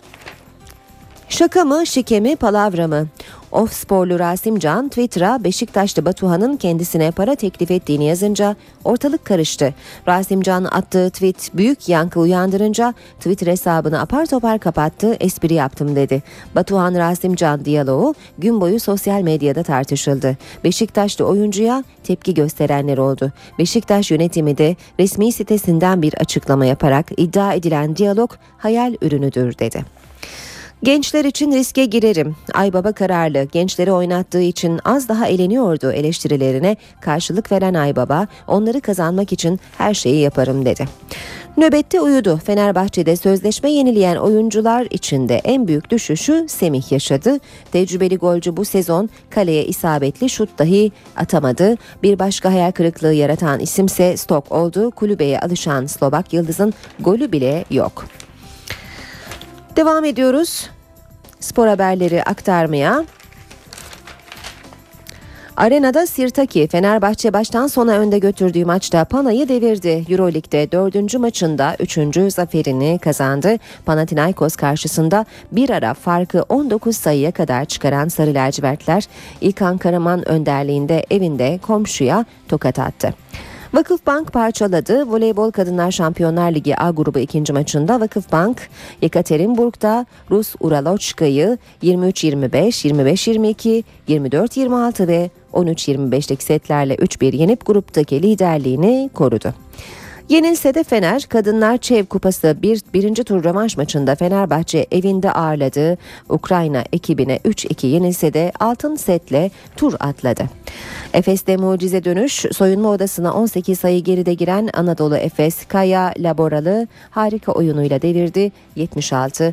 Şaka mı, şike mi, palavra mı? Of sporlu Rasim Can Twitter'a Beşiktaşlı Batuhan'ın kendisine para teklif ettiğini yazınca ortalık karıştı. Rasim Can attığı tweet büyük yankı uyandırınca Twitter hesabını apar topar kapattı, espri yaptım dedi. Batuhan Rasim Can diyaloğu gün boyu sosyal medyada tartışıldı. Beşiktaşlı oyuncuya tepki gösterenler oldu. Beşiktaş yönetimi de resmi sitesinden bir açıklama yaparak iddia edilen diyalog hayal ürünüdür dedi. Gençler için riske girerim. Aybaba kararlı. Gençleri oynattığı için az daha eleniyordu eleştirilerine karşılık veren Aybaba, onları kazanmak için her şeyi yaparım dedi. Nöbette uyudu. Fenerbahçe'de sözleşme yenileyen oyuncular içinde en büyük düşüşü Semih yaşadı. Tecrübeli golcü bu sezon kaleye isabetli şut dahi atamadı. Bir başka hayal kırıklığı yaratan isimse Stok oldu. Kulübeye alışan Slovak Yıldız'ın golü bile yok. Devam ediyoruz. spor haberleri aktarmaya. Arenada Sirtaki, Fenerbahçe baştan sona önde götürdüğü maçta Pana'yı devirdi. Euroleague'de 4. maçında 3. zaferini kazandı. Panathinaikos karşısında bir ara farkı 19 sayıya kadar çıkaran Sarı Lacivertler, İlkan Karaman önderliğinde evinde komşuya tokat attı. Vakıfbank parçaladı. Voleybol Kadınlar Şampiyonlar Ligi A grubu 2. maçında Vakıfbank, Yekaterinburg'da Rus Uralochka'yı 23-25, 25-22, 24-26 ve 13-25'lik setlerle 3-1 yenip gruptaki liderliğini korudu. Yenilse de Fener, Kadınlar Çev Kupası birinci tur rövanş maçında Fenerbahçe evinde ağırladığı Ukrayna ekibine 3-2 yenilse de altın setle tur atladı. Efes'te mucize dönüş, soyunma odasına 18 sayı geride giren Anadolu Efes, Kaya Laboral'ı harika oyunuyla devirdi 76-64.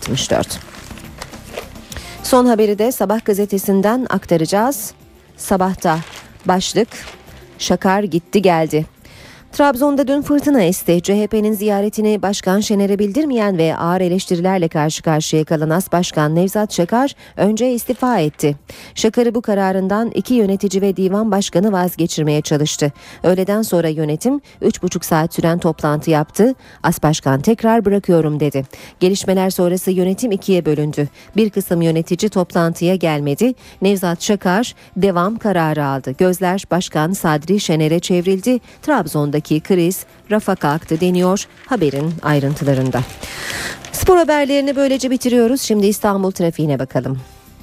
Son haberi de Sabah gazetesinden aktaracağız. Sabahta başlık, Şakar gitti geldi. Trabzon'da dün fırtına esti. CHP'nin ziyaretini Başkan Şener'e bildirmeyen ve ağır eleştirilerle karşı karşıya kalan As Başkan Nevzat Şakar önce istifa etti. Şakar'ı bu kararından 2 yönetici ve divan başkanı vazgeçirmeye çalıştı. Öğleden sonra yönetim 3,5 saat süren toplantı yaptı. As Başkan tekrar bırakıyorum dedi. Gelişmeler sonrası yönetim 2'ye bölündü. Bir kısım yönetici toplantıya gelmedi. Nevzat Şakar devam kararı aldı. Gözler Başkan Sadri Şener'e çevrildi. Trabzon'daki kriz rafa kalktı deniyor haberin ayrıntılarında. Spor haberlerini böylece bitiriyoruz. Şimdi İstanbul trafiğine bakalım.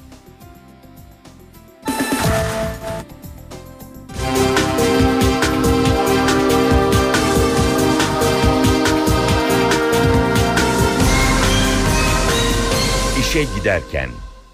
İşe giderken.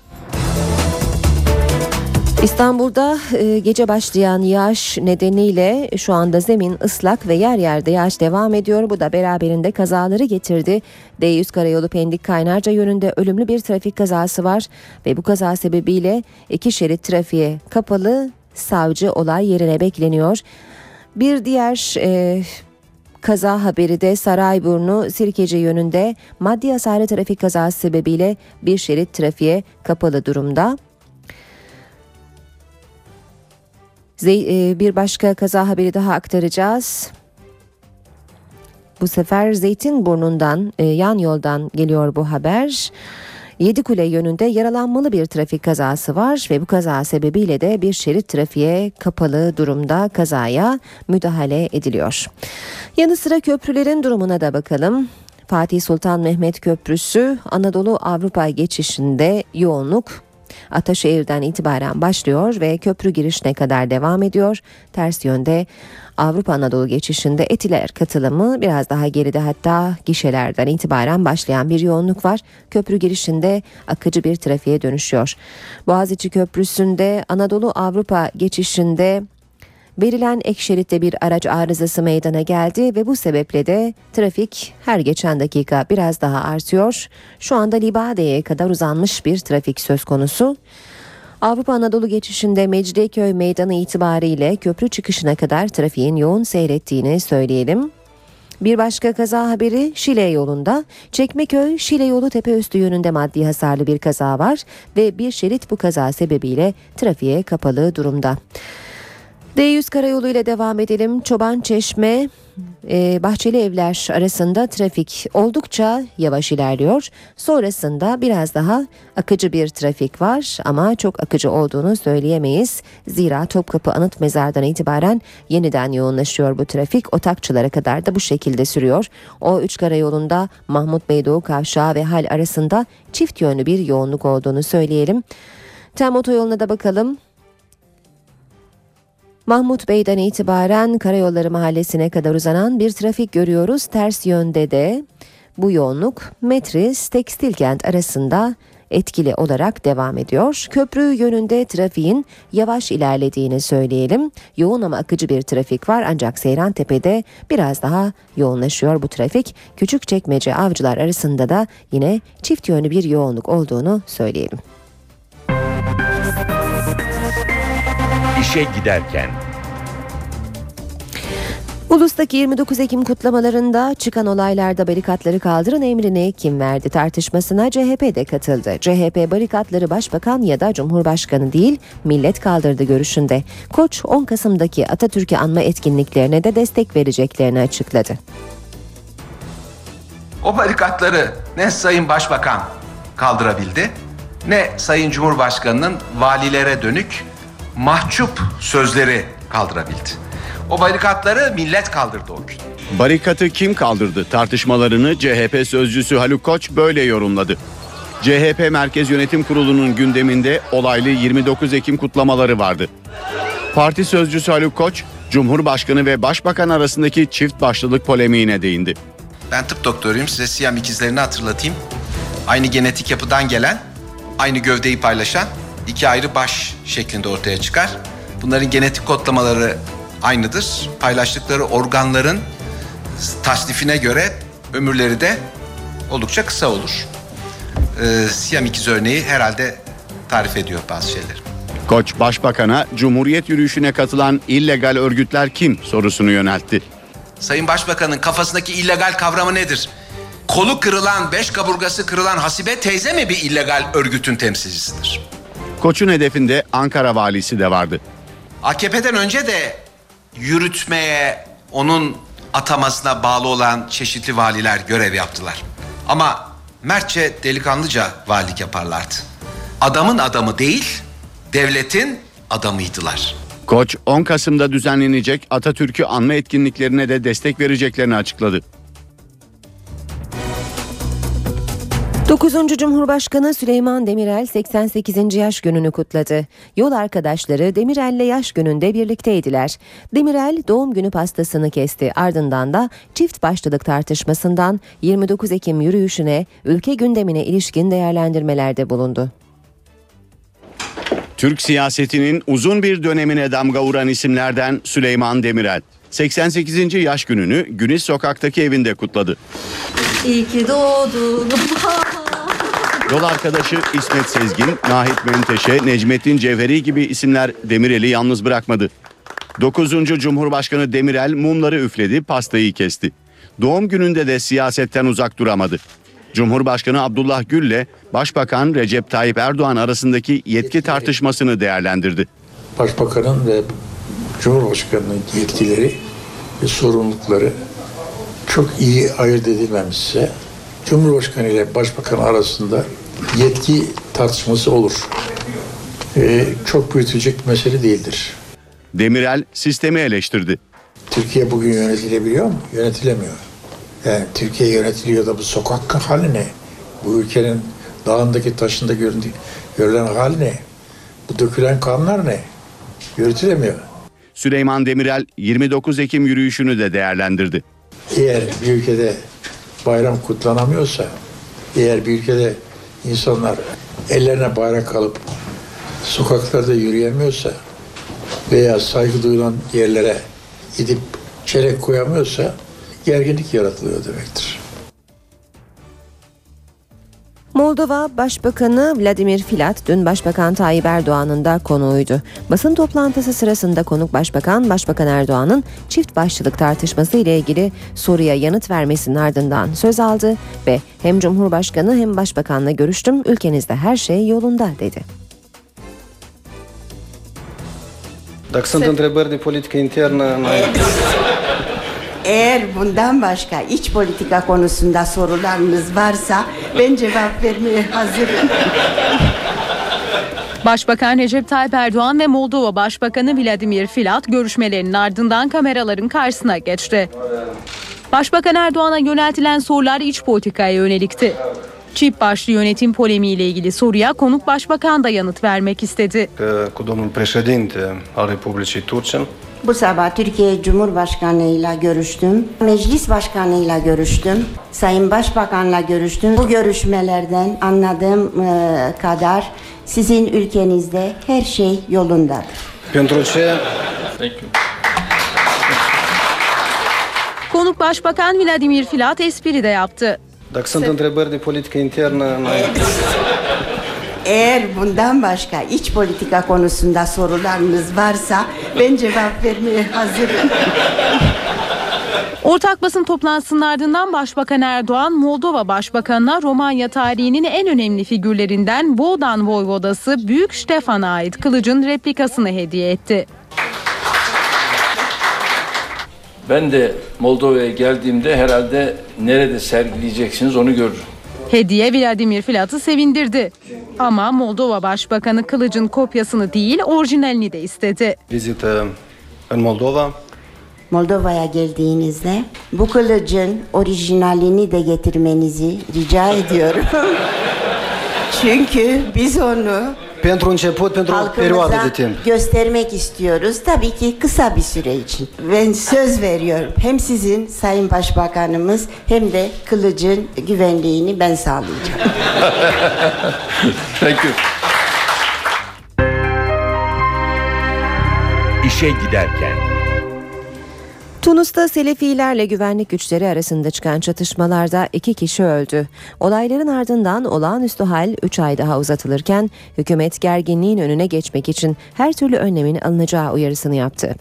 İstanbul'da gece başlayan yağış nedeniyle şu anda zemin ıslak ve yer yerde yağış devam ediyor. Bu da beraberinde kazaları getirdi. D100 Karayolu Pendik Kaynarca yönünde ölümlü bir trafik kazası var ve bu kaza sebebiyle 2 şerit trafiğe kapalı, savcı olay yerine bekleniyor. Bir diğer kaza haberi de Sarayburnu Sirkeci yönünde maddi hasarlı trafik kazası sebebiyle bir şerit trafiğe kapalı durumda. Bir başka kaza haberi daha aktaracağız. Bu sefer Zeytinburnu'ndan yan yoldan geliyor bu haber. Yedikule yönünde yaralanmalı bir trafik kazası var ve bu kaza sebebiyle de bir şerit trafiğe kapalı durumda, kazaya müdahale ediliyor. Yanı sıra köprülerin durumuna da bakalım. Fatih Sultan Mehmet Köprüsü Anadolu Avrupa geçişinde yoğunluk Ataşehir'den itibaren başlıyor ve köprü girişine kadar devam ediyor. Ters yönde Avrupa Anadolu geçişinde Etiler katılımı biraz daha geride, hatta gişelerden itibaren başlayan bir yoğunluk var. Köprü girişinde akıcı bir trafiğe dönüşüyor. Boğaziçi Köprüsü'nde Anadolu Avrupa geçişinde verilen ek şeritte bir araç arızası meydana geldi ve bu sebeple de trafik her geçen dakika biraz daha artıyor. Şu anda Libade'ye kadar uzanmış bir trafik söz konusu. Avrupa Anadolu geçişinde Mecidiyeköy Meydanı itibariyle köprü çıkışına kadar trafiğin yoğun seyrettiğini söyleyelim. Bir başka kaza haberi Şile yolunda. Çekmeköy Şile yolu Tepeüstü yönünde maddi hasarlı bir kaza var ve bir şerit bu kaza sebebiyle trafiğe kapalı durumda. D100 Karayolu ile devam edelim. Çobançeşme Bahçeli Evler arasında trafik oldukça yavaş ilerliyor. Sonrasında biraz daha akıcı bir trafik var ama çok akıcı olduğunu söyleyemeyiz. Zira Topkapı Anıt Mezar'dan itibaren yeniden yoğunlaşıyor bu trafik. Otakçılara kadar da bu şekilde sürüyor. O3 Karayolu'nda Mahmut Bey Doğu Kavşağı ve Hal arasında çift yönlü bir yoğunluk olduğunu söyleyelim. Tem Otoyolu'na da bakalım. Mahmut Bey'den itibaren Karayolları Mahallesi'ne kadar uzanan bir trafik görüyoruz. Ters yönde de bu yoğunluk Metris Tekstilkent arasında etkili olarak devam ediyor. Köprü yönünde trafiğin yavaş ilerlediğini söyleyelim. Yoğun ama akıcı bir trafik var ancak Seyrantepe'de biraz daha yoğunlaşıyor bu trafik. Küçükçekmece Avcılar arasında da yine çift yönlü bir yoğunluk olduğunu söyleyelim. İşe giderken. Ulus'taki 29 Ekim kutlamalarında çıkan olaylarda barikatları kaldırın emrini kim verdi tartışmasına CHP de katıldı. CHP barikatları başbakan ya da cumhurbaşkanı değil millet kaldırdı görüşünde. Koç 10 Kasım'daki Atatürk'ü anma etkinliklerine de destek vereceklerini açıkladı. O barikatları ne Sayın Başbakan kaldırabildi ne Sayın Cumhurbaşkanı'nın valilere dönük mahcup sözleri kaldırabildi. O barikatları millet kaldırdı o gün. Barikatı kim kaldırdı tartışmalarını CHP sözcüsü Haluk Koç böyle yorumladı. CHP Merkez Yönetim Kurulu'nun gündeminde olaylı 29 Ekim kutlamaları vardı. Parti sözcüsü Haluk Koç, Cumhurbaşkanı ve Başbakan arasındaki çift başlılık polemiğine değindi. Ben tıp doktoruyum, size Siyam ikizlerini hatırlatayım. Aynı genetik yapıdan gelen, aynı gövdeyi paylaşan iki ayrı baş şeklinde ortaya çıkar. Bunların genetik kodlamaları aynıdır. Paylaştıkları organların tasnifine göre ömürleri de oldukça kısa olur. Siyam ikiz örneği herhalde tarif ediyor bazı şeyleri. Koç, Başbakan'a Cumhuriyet yürüyüşüne katılan illegal örgütler kim sorusunu yöneltti. Sayın Başbakan'ın kafasındaki illegal kavramı nedir? Kolu kırılan, 5 kaburgası kırılan Hasibe teyze mi bir illegal örgütün temsilcisidir? Koç'un hedefinde Ankara valisi de vardı. AKP'den önce de yürütmeye, onun atamasına bağlı olan çeşitli valiler görev yaptılar. Ama mertçe, delikanlıca valilik yaparlardı. Adamın adamı değil, devletin adamıydılar. Koç, 10 Kasım'da düzenlenecek Atatürk'ü anma etkinliklerine de destek vereceklerini açıkladı. 9. Cumhurbaşkanı Süleyman Demirel 88. yaş gününü kutladı. Yol arkadaşları Demirel'le yaş gününde birlikteydiler. Demirel doğum günü pastasını kesti. Ardından da çift başlılık tartışmasından 29 Ekim yürüyüşüne, ülke gündemine ilişkin değerlendirmelerde bulundu. Türk siyasetinin uzun bir dönemine damga vuran isimlerden Süleyman Demirel 88. yaş gününü Güniz Sokak'taki evinde kutladı. İyi ki doğdun. Yol arkadaşı İsmet Sezgin, Nahit Menteşe, Necmettin Cevheri gibi isimler Demirel'i yalnız bırakmadı. 9. Cumhurbaşkanı Demirel mumları üfledi, pastayı kesti. Doğum gününde de siyasetten uzak duramadı. Cumhurbaşkanı Abdullah Gül'le Başbakan Recep Tayyip Erdoğan arasındaki yetki tartışmasını değerlendirdi. Başbakanın ve Cumhurbaşkanı'nın yetkileri ve sorumlulukları çok iyi ayırt edilmemişse Cumhurbaşkanı ile Başbakan arasında yetki tartışması olur. Çok büyütecek bir mesele değildir. Demirel sistemi eleştirdi. Türkiye bugün yönetilebiliyor mu? Yönetilemiyor. Yani Türkiye yönetiliyor da bu sokak hali ne? Bu ülkenin dağındaki taşında görülen hali ne? Bu dökülen kanlar ne? Yönetilemiyor. Süleyman Demirel 29 Ekim yürüyüşünü de değerlendirdi. Eğer bir ülkede bayram kutlanamıyorsa, eğer bir ülkede insanlar ellerine bayrak alıp sokaklarda yürüyemiyorsa veya saygı duyulan yerlere gidip çelenk koyamıyorsa gerginlik yaratılıyor demektir. Moldova Başbakanı Vladimir Filat dün Başbakan Tayyip Erdoğan'ın da konuğuydu. Basın toplantısı sırasında konuk Başbakan Erdoğan'ın çift başlılık tartışması ile ilgili soruya yanıt vermesinin ardından söz aldı ve hem Cumhurbaşkanı hem Başbakan'la görüştüm, ülkenizde her şey yolunda dedi. Eğer bundan başka iç politika konusunda sorularınız varsa ben cevap vermeye hazırım. Başbakan Recep Tayyip Erdoğan ve Moldova Başbakanı Vladimir Filat görüşmelerinin ardından kameraların karşısına geçti. Başbakan Erdoğan'a yöneltilen sorular iç politikaya yönelikti. Çift başlı yönetim polemiğiyle ilgili soruya konuk başbakan da yanıt vermek istedi. Bu sabah Türkiye Cumhurbaşkanı'yla görüştüm. Meclis Başkanı'yla görüştüm. Sayın Başbakan'la görüştüm. Bu görüşmelerden anladığım kadar sizin ülkenizde her şey yolundadır. Konuk Başbakan Vladimir Filat espri de yaptı. Eğer bundan başka iç politika konusunda sorularınız varsa ben cevap vermeye hazırım. Ortak basın toplantısının ardından Başbakan Erdoğan, Moldova Başbakanı'na Romanya tarihinin en önemli figürlerinden Boğdan Voyvodası Büyük Ştefan'a ait kılıcın replikasını hediye etti. Ben de Moldova'ya geldiğimde herhalde nerede sergileyeceksiniz onu görürüm. Hediye Vladimir Filat'ı sevindirdi. Ama Moldova Başbakanı kılıcın kopyasını değil orijinalini de istedi. Vizită în Moldova. Moldova'ya geldiğinizde bu kılıcın orijinalini de getirmenizi rica ediyorum. Çünkü biz onu pentru început, pentru o perioadă de timp. Göstermek istiyoruz. Tabii ki kısa bir süre için. Ben söz veriyorum. Hem sizin Sayın Başbakanımız hem de kılıcın güvenliğini ben sağlayacağım. Thank you. İşe giderken. Tunus'ta Selefilerle güvenlik güçleri arasında çıkan çatışmalarda 2 kişi öldü. Olayların ardından olağanüstü hal 3 ay daha uzatılırken hükümet gerginliğin önüne geçmek için her türlü önlemin alınacağı uyarısını yaptı.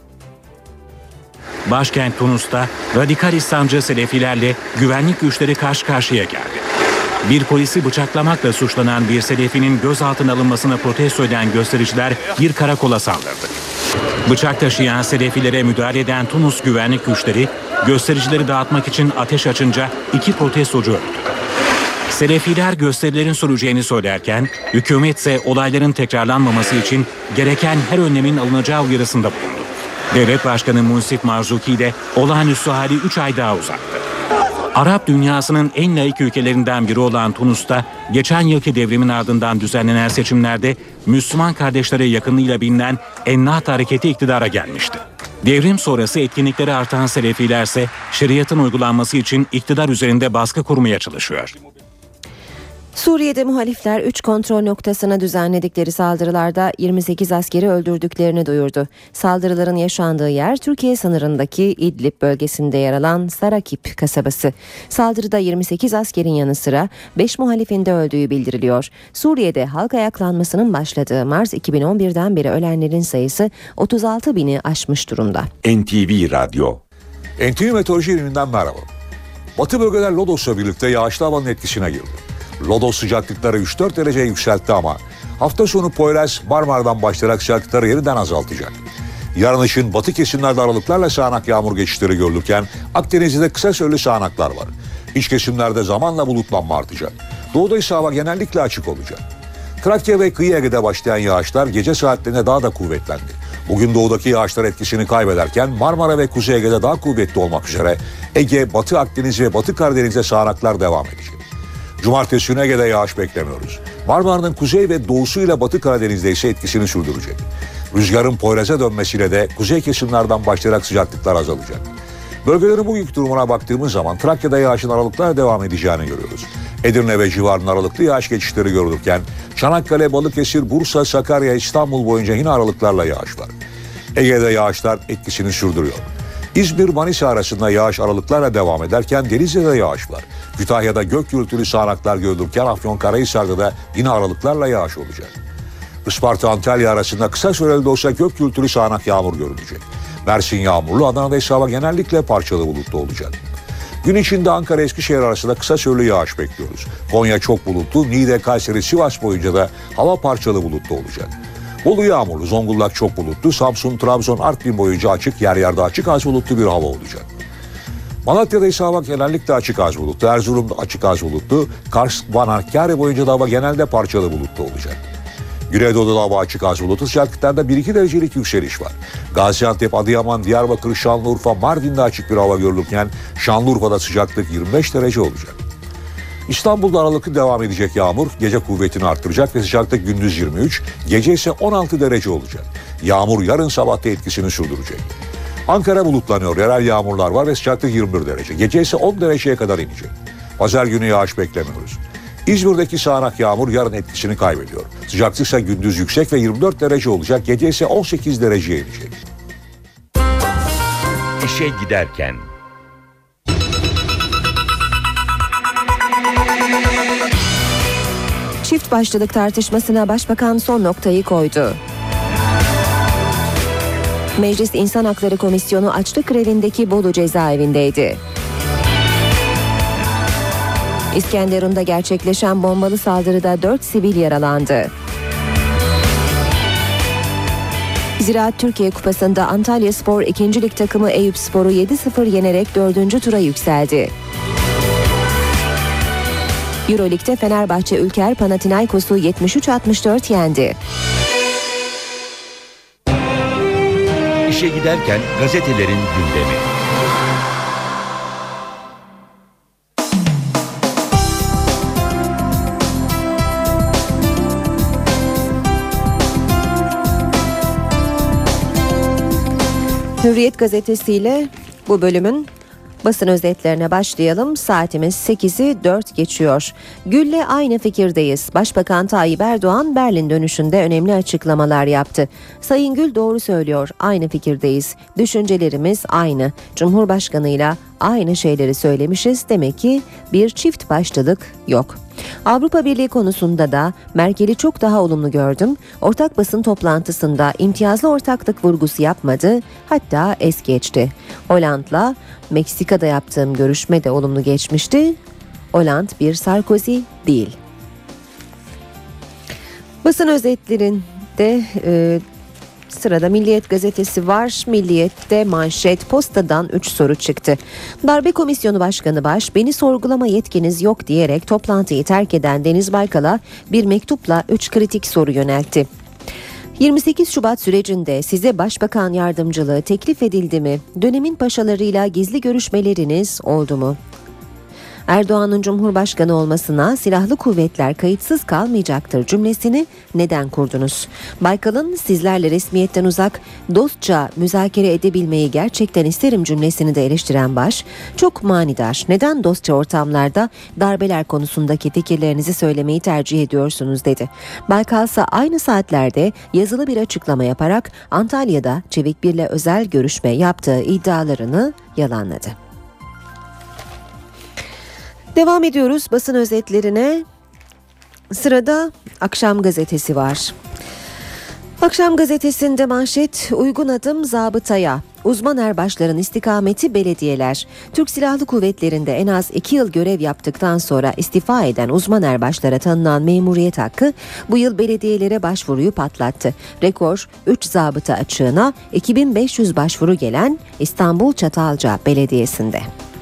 Başkent Tunus'ta radikal İslamcı Selefilerle güvenlik güçleri karşı karşıya geldi. Bir polisi bıçaklamakla suçlanan bir Selefinin gözaltına alınmasına protesto eden göstericiler bir karakola saldırdı. Bıçak taşıyan Selefilere müdahale eden Tunus güvenlik güçleri göstericileri dağıtmak için ateş açınca 2 protestocu öldü. Selefiler gösterilerin süreceğini söylerken hükümet ise olayların tekrarlanmaması için gereken her önlemin alınacağı uyarısında bulundu. Devlet Başkanı Munsif Marzuki de olağanüstü hali 3 ay daha uzattı. Arap dünyasının en laik ülkelerinden biri olan Tunus'ta geçen yılki devrimin ardından düzenlenen seçimlerde Müslüman kardeşlere yakınlığıyla bilinen Ennahdha hareketi iktidara gelmişti. Devrim sonrası etkinlikleri artan Selefiler ise şeriatın uygulanması için iktidar üzerinde baskı kurmaya çalışıyor. Suriye'de muhalifler 3 kontrol noktasına düzenledikleri saldırılarda 28 askeri öldürdüklerini duyurdu. Saldırıların yaşandığı yer Türkiye sınırındaki İdlib bölgesinde yer alan Sarakip kasabası. Saldırıda 28 askerin yanı sıra 5 muhalifin de öldüğü bildiriliyor. Suriye'de halk ayaklanmasının başladığı Mart 2011'den beri ölenlerin sayısı 36 bini aşmış durumda. NTV Radyo. NTV Meteoroloji ilminden merhaba. Batı bölgeler Lodos'la birlikte yağışlı havanın etkisine girdi. Lodos sıcaklıkları 3-4 derece yükseltti ama hafta sonu Poyraz, Marmara'dan başlayarak sıcaklıkları yeniden azaltacak. Yarın için batı kesimlerde aralıklarla sağanak yağmur geçişleri görülürken Akdeniz'de kısa süreli sağanaklar var. İç kesimlerde zamanla bulutlanma artacak. Doğuda ise hava genellikle açık olacak. Trakya ve kıyı Ege'de başlayan yağışlar gece saatlerinde daha da kuvvetlendi. Bugün doğudaki yağışlar etkisini kaybederken Marmara ve Kuzey Ege'de daha kuvvetli olmak üzere Ege, Batı Akdeniz ve Batı Karadeniz'de sağanaklar devam edecek. Cumartesi günü Ege'de yağış beklemiyoruz. Marmara'nın kuzey ve doğusuyla Batı Karadeniz'de ise etkisini sürdürecek. Rüzgarın Poyraz'a dönmesiyle de kuzey kesimlerden başlayarak sıcaklıklar azalacak. Bölgelerin bugünkü durumuna baktığımız zaman Trakya'da yağışın aralıklarla devam edeceğini görüyoruz. Edirne ve civarında aralıklı yağış geçişleri görülürken Çanakkale, Balıkesir, Bursa, Sakarya, İstanbul boyunca yine aralıklarla yağış var. Ege'de yağışlar etkisini sürdürüyor. İzmir-Manisa arasında yağış aralıklarla devam ederken Denizli'de yağış var. Kütahya'da gök gürültülü sağanaklar görülürken Afyonkarahisar'da da yine aralıklarla yağış olacak. Isparta-Antalya arasında kısa süreli de olsa gök gürültülü sağanak yağmur görülecek. Mersin yağmurlu, Adana'da ise hava genellikle parçalı bulutlu olacak. Gün içinde Ankara-Eskişehir arasında kısa süreli yağış bekliyoruz. Konya çok bulutlu, Niğde, Kayseri, Sivas boyunca da hava parçalı bulutlu olacak. Bolu yağmurlu, Zonguldak çok bulutlu, Samsun, Trabzon, Artvin boyunca açık, yer yerde açık az bulutlu bir hava olacak. Malatya'da ise hava genellikle açık az bulutlu, Erzurum'da açık az bulutlu, Kars, Van, Hakkari boyunca da hava genelde parçalı bulutlu olacak. Güneydoğu'da hava açık az bulutlu, sıcaklıklarda 1-2 derecelik yükseliş var. Gaziantep, Adıyaman, Diyarbakır, Şanlıurfa, Mardin'de açık bir hava görülürken Şanlıurfa'da sıcaklık 25 derece olacak. İstanbul'da aralıklı devam edecek yağmur gece kuvvetini arttıracak ve sıcaklık gündüz 23, gece ise 16 derece olacak. Yağmur yarın sabahta etkisini sürdürecek. Ankara bulutlanıyor, yerel yağmurlar var ve sıcaklık 21 derece. Gece ise 10 dereceye kadar inecek. Pazar günü yağış beklemiyoruz. İzmir'deki sağanak yağmur yarın etkisini kaybediyor. Sıcaklık ise gündüz yüksek ve 24 derece olacak, gece ise 18 dereceye inecek. İşe giderken. Çift başlılık tartışmasına başbakan son noktayı koydu. Meclis İnsan Hakları Komisyonu açlık grevindeki Bolu cezaevindeydi. İskenderun'da gerçekleşen bombalı saldırıda 4 sivil yaralandı. Ziraat Türkiye Kupası'nda Antalyaspor 2. Lig takımı Eyüpspor'u 7-0 yenerek 4. tura yükseldi. Euroleague'de Fenerbahçe Ülker Panathinaikos'u 73-64 yendi. İşe giderken gazetelerin gündemi. Hürriyet gazetesiyle bu bölümün basın özetlerine başlayalım. Saatimiz 8'i 4 geçiyor. Gül'le aynı fikirdeyiz. Başbakan Tayyip Erdoğan Berlin dönüşünde önemli açıklamalar yaptı. Sayın Gül doğru söylüyor. Aynı fikirdeyiz. Düşüncelerimiz aynı. Cumhurbaşkanıyla aynı şeyleri söylemişiz. Demek ki bir çift başlılık yok. Avrupa Birliği konusunda da Merkel'i çok daha olumlu gördüm. Ortak basın toplantısında imtiyazlı ortaklık vurgusu yapmadı, hatta es geçti. Hollande'la Meksika'da yaptığım görüşme de olumlu geçmişti. Hollande bir Sarkozy değil. Basın özetlerinde sırada Milliyet gazetesi var. Milliyet'te manşet postadan 3 soru çıktı. Darbe Komisyonu Başkanı Baş, beni sorgulama yetkiniz yok diyerek toplantıyı terk eden Deniz Baykal'a bir mektupla 3 kritik soru yöneltti. 28 Şubat sürecinde size başbakan yardımcılığı teklif edildi mi? Dönemin paşalarıyla gizli görüşmeleriniz oldu mu? Erdoğan'ın Cumhurbaşkanı olmasına silahlı kuvvetler kayıtsız kalmayacaktır cümlesini neden kurdunuz? Baykal'ın sizlerle resmiyetten uzak dostça müzakere edebilmeyi gerçekten isterim cümlesini de eleştiren Baş, çok manidar. Neden dostça ortamlarda darbeler konusundaki fikirlerinizi söylemeyi tercih ediyorsunuz dedi. Baykal ise aynı saatlerde yazılı bir açıklama yaparak Antalya'da Çevik Bir'le özel görüşme yaptığı iddialarını yalanladı. Devam ediyoruz basın özetlerine. Sırada Akşam gazetesi var. Akşam gazetesinde manşet uygun adım zabıtaya. Uzman erbaşların istikameti belediyeler. Türk Silahlı Kuvvetleri'nde en az 2 yıl görev yaptıktan sonra istifa eden uzman erbaşlara tanınan memuriyet hakkı bu yıl belediyelere başvuruyu patlattı. Rekor 3 zabıta açığına 2500 başvuru gelen İstanbul Çatalca Belediyesi'nde.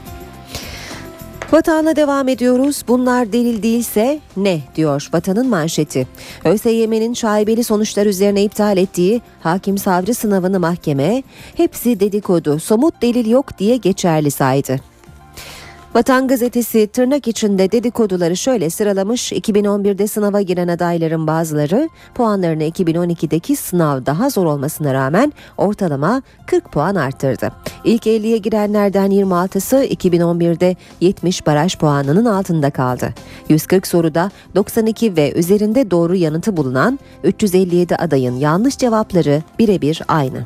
Vatana devam ediyoruz. Bunlar delil değilse ne diyor Vatan'ın manşeti. ÖSYM'nin şaibeli sonuçlar üzerine iptal ettiği hakim savcı sınavını mahkeme hepsi dedikodu, somut delil yok diye geçerli saydı. Vatan gazetesi tırnak içinde dedikoduları şöyle sıralamış. 2011'de sınava giren adayların bazıları puanlarını 2012'deki sınav daha zor olmasına rağmen ortalama 40 puan arttırdı. İlk 50'ye girenlerden 26'sı 2011'de 70 baraj puanının altında kaldı. 140 soruda 92 ve üzerinde doğru yanıtı bulunan 357 adayın yanlış cevapları birebir aynı.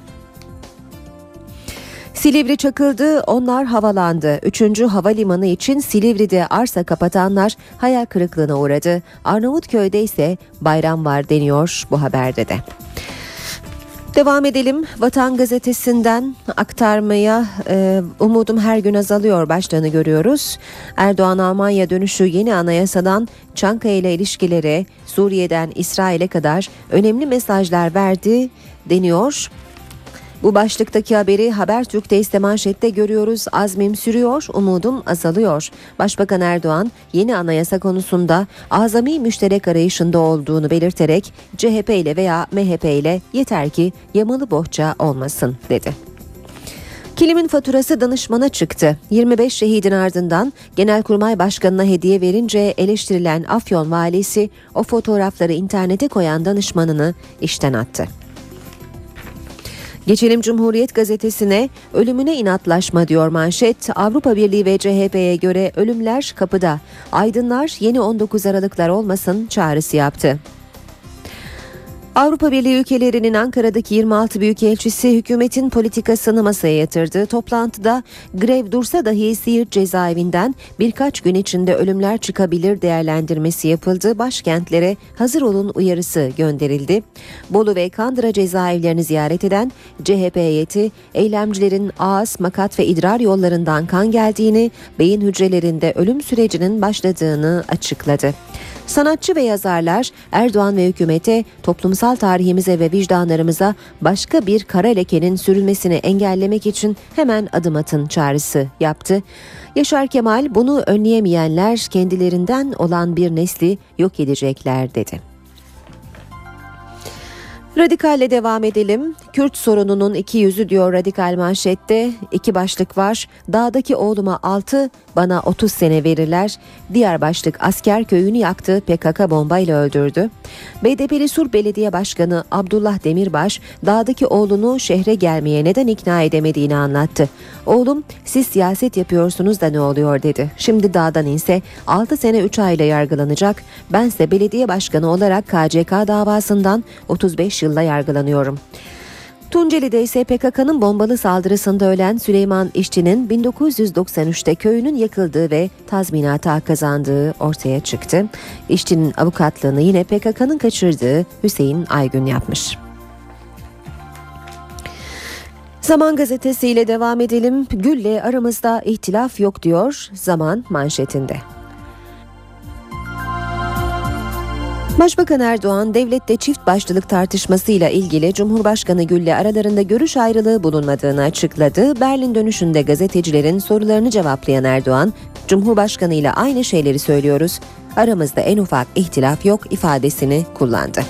Silivri çakıldı, onlar havalandı. 3. havalimanı için Silivri'de arsa kapatanlar hayal kırıklığına uğradı. Arnavutköy'de ise bayram var deniyor bu haberde de. Devam edelim. Vatan gazetesinden aktarmaya umudum her gün azalıyor başlığını görüyoruz. Erdoğan Almanya dönüşü yeni anayasadan Çankaya ile ilişkilere, Suriye'den İsrail'e kadar önemli mesajlar verdi deniyor. Bu başlıktaki haberi Habertürk'te ise manşette görüyoruz. Azmim sürüyor, umudum azalıyor. Başbakan Erdoğan yeni anayasa konusunda azami müşterek arayışında olduğunu belirterek CHP ile veya MHP ile yeter ki yamalı bohça olmasın dedi. Kilimin faturası danışmana çıktı. 25 şehidin ardından Genelkurmay Başkanı'na hediye verince eleştirilen Afyon valisi o fotoğrafları internete koyan danışmanını işten attı. Geçelim Cumhuriyet gazetesine. Ölümüne inatlaşma diyor manşet. Avrupa Birliği ve CHP'ye göre ölümler kapıda. Aydınlar yeni 19 Aralıklar olmasın çağrısı yaptı. Avrupa Birliği ülkelerinin Ankara'daki 26 büyükelçisi hükümetin politikasını masaya yatırdı. Toplantıda grev dursa dahi Siirt cezaevinden birkaç gün içinde ölümler çıkabilir değerlendirmesi yapıldı. Başkentlere hazır olun uyarısı gönderildi. Bolu ve Kandıra cezaevlerini ziyaret eden CHP heyeti eylemcilerin ağız, makat ve idrar yollarından kan geldiğini, beyin hücrelerinde ölüm sürecinin başladığını açıkladı. Sanatçı ve yazarlar Erdoğan ve hükümete toplumsal tarihimize ve vicdanlarımıza başka bir kara lekenin sürülmesini engellemek için hemen adım atın çağrısı yaptı. Yaşar Kemal, bunu önleyemeyenler kendilerinden olan bir nesli yok edecekler dedi. Radikalle devam edelim. Kürt sorununun iki yüzü diyor Radikal manşette. 2 başlık var. Dağdaki oğluma 6, bana 30 sene verirler. Diğer başlık, asker köyünü yaktı, PKK bombayla öldürdü. BDP'li Sur Belediye Başkanı Abdullah Demirbaş, dağdaki oğlunu şehre gelmeye neden ikna edemediğini anlattı. Oğlum, siz siyaset yapıyorsunuz da ne oluyor dedi. Şimdi dağdan inse 6 sene 3 ayla yargılanacak. Bense belediye başkanı olarak KCK davasından 35 yılla yargılanıyorum. Tunceli'de ise PKK'nın bombalı saldırısında ölen Süleyman İşçi'nin 1993'te köyünün yakıldığı ve tazminata hak kazandığı ortaya çıktı. İşçi'nin avukatlığını yine PKK'nın kaçırdığı Hüseyin Aygün yapmış. Zaman gazetesiyle devam edelim. Gül'le aramızda ihtilaf yok diyor Zaman manşetinde. Başbakan Erdoğan, devlette çift başlılık tartışmasıyla ilgili Cumhurbaşkanı Gül'le aralarında görüş ayrılığı bulunmadığını açıkladı. Berlin dönüşünde gazetecilerin sorularını cevaplayan Erdoğan, Cumhurbaşkanı ile aynı şeyleri söylüyoruz, aramızda en ufak ihtilaf yok ifadesini kullandı.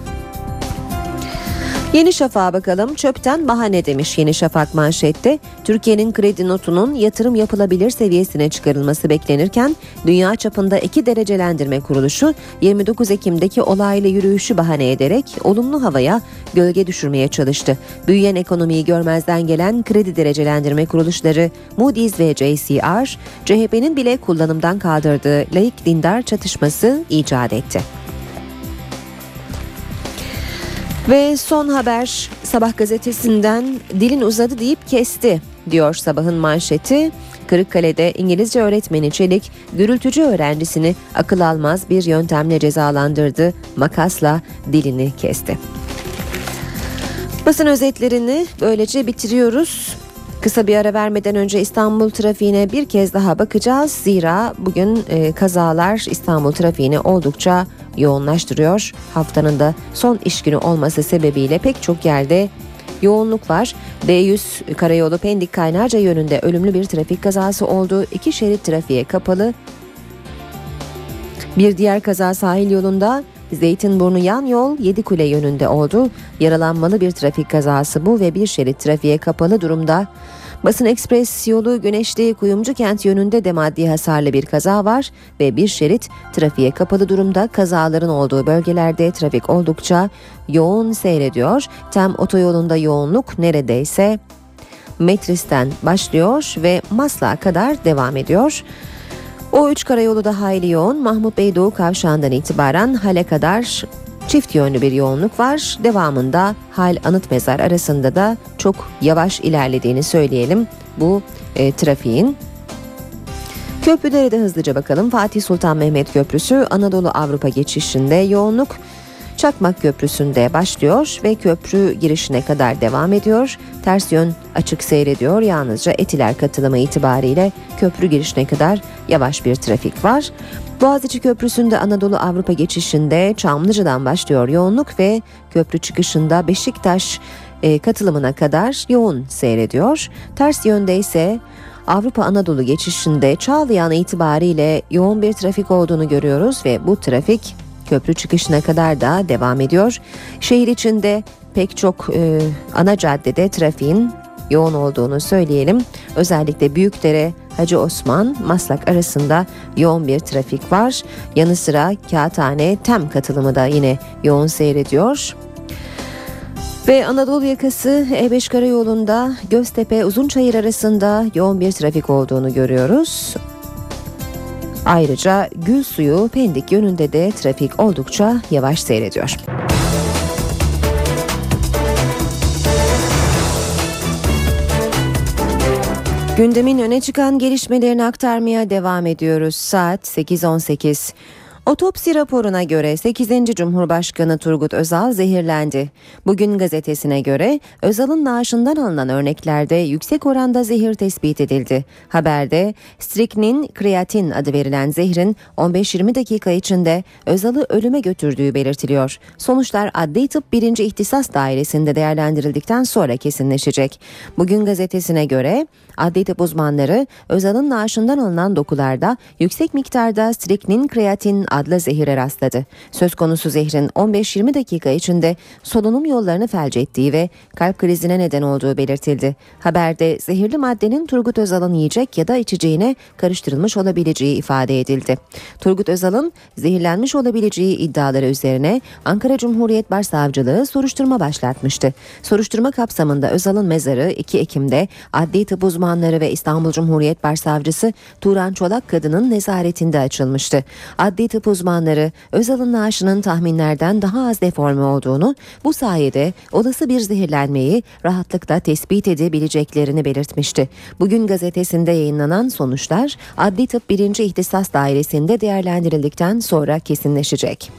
Yeni Şafak'a bakalım. Çöpten bahane demiş Yeni Şafak manşette. Türkiye'nin kredi notunun yatırım yapılabilir seviyesine çıkarılması beklenirken dünya çapında 2 derecelendirme kuruluşu 29 Ekim'deki olaylı yürüyüşü bahane ederek olumlu havaya gölge düşürmeye çalıştı. Büyüyen ekonomiyi görmezden gelen kredi derecelendirme kuruluşları Moody's ve JCR, CHP'nin bile kullanımdan kaldırdığı laik dindar çatışması icat etti. Ve son haber Sabah gazetesinden, dilin uzadı deyip kesti diyor Sabah'ın manşeti. Kırıkkale'de İngilizce öğretmeni Çelik, gürültücü öğrencisini akıl almaz bir yöntemle cezalandırdı. Makasla dilini kesti. Basın özetlerini böylece bitiriyoruz. Kısa bir ara vermeden önce İstanbul trafiğine bir kez daha bakacağız. Zira bugün kazalar İstanbul trafiğini oldukça yoğunlaştırıyor. Haftanın da son iş günü olması sebebiyle pek çok yerde yoğunluk var. D100 karayolu Pendik Kaynarca yönünde ölümlü bir trafik kazası oldu. 2 şerit trafiğe kapalı. Bir diğer kaza sahil yolunda Zeytinburnu yan yol Yedikule yönünde oldu. Yaralanmalı bir trafik kazası bu ve bir şerit trafiğe kapalı durumda. Basın Ekspres yolu Güneşli Kuyumcukent yönünde de maddi hasarlı bir kaza var ve bir şerit trafiğe kapalı durumda. Kazaların olduğu bölgelerde trafik oldukça yoğun seyrediyor. Tem otoyolunda yoğunluk neredeyse Metris'ten başlıyor ve Maslak'a kadar devam ediyor. O3 karayolu da hayli yoğun. Mahmut Bey Doğu Kavşağı'ndan itibaren Hal'e kadar çift yönlü bir yoğunluk var. Devamında Hal Anıt Mezar arasında da çok yavaş ilerlediğini söyleyelim bu trafiğin. Köprülere de hızlıca bakalım. Fatih Sultan Mehmet Köprüsü Anadolu Avrupa geçişinde yoğunluk Çakmak Köprüsü'nde başlıyor ve köprü girişine kadar devam ediyor. Ters yön açık seyrediyor. Yalnızca Etiler katılımı itibariyle köprü girişine kadar yavaş bir trafik var. Boğaziçi Köprüsü'nde Anadolu Avrupa geçişinde Çamlıca'dan başlıyor yoğunluk ve köprü çıkışında Beşiktaş katılımına kadar yoğun seyrediyor. Ters yönde ise Avrupa Anadolu geçişinde Çağlayan itibariyle yoğun bir trafik olduğunu görüyoruz ve bu trafik köprü çıkışına kadar da devam ediyor. Şehir içinde pek çok ana caddede trafiğin yoğun olduğunu söyleyelim. Özellikle Büyükdere, Hacı Osman, Maslak arasında yoğun bir trafik var. Yanı sıra Kağıthane, Tem katılımı da yine yoğun seyrediyor. Ve Anadolu yakası E5 karayolunda Göztepe, Uzunçayır arasında yoğun bir trafik olduğunu görüyoruz. Ayrıca Gülsuyu, Pendik yönünde de trafik oldukça yavaş seyrediyor. Gündemin öne çıkan gelişmelerini aktarmaya devam ediyoruz. Saat 8:18. Otopsi raporuna göre 8. Cumhurbaşkanı Turgut Özal zehirlendi. Bugün gazetesine göre Özal'ın naaşından alınan örneklerde yüksek oranda zehir tespit edildi. Haberde striknin kreatin adı verilen zehrin 15-20 dakika içinde Özal'ı ölüme götürdüğü belirtiliyor. Sonuçlar Adli Tıp 1. İhtisas Dairesi'nde değerlendirildikten sonra kesinleşecek. Bugün gazetesine göre Adli Tıp uzmanları Özal'ın naaşından alınan dokularda yüksek miktarda striknin kreatin adlı zehire rastladı. Söz konusu zehrin 15-20 dakika içinde solunum yollarını felç ettiği ve kalp krizine neden olduğu belirtildi. Haberde zehirli maddenin Turgut Özal'ın yiyecek ya da içeceğine karıştırılmış olabileceği ifade edildi. Turgut Özal'ın zehirlenmiş olabileceği iddiaları üzerine Ankara Cumhuriyet Başsavcılığı soruşturma başlatmıştı. Soruşturma kapsamında Özal'ın mezarı 2 Ekim'de Adli Tıp uzmanları ve İstanbul Cumhuriyet Başsavcısı Turan Çolak Kadın'ın nezaretinde açılmıştı. Adli Tıp uzmanları Özal'ın naaşının tahminlerden daha az deforme olduğunu, bu sayede olası bir zehirlenmeyi rahatlıkla tespit edebileceklerini belirtmişti. Bugün gazetesinde yayınlanan sonuçlar Adli Tıp 1. İhtisas Dairesi'nde değerlendirildikten sonra kesinleşecek.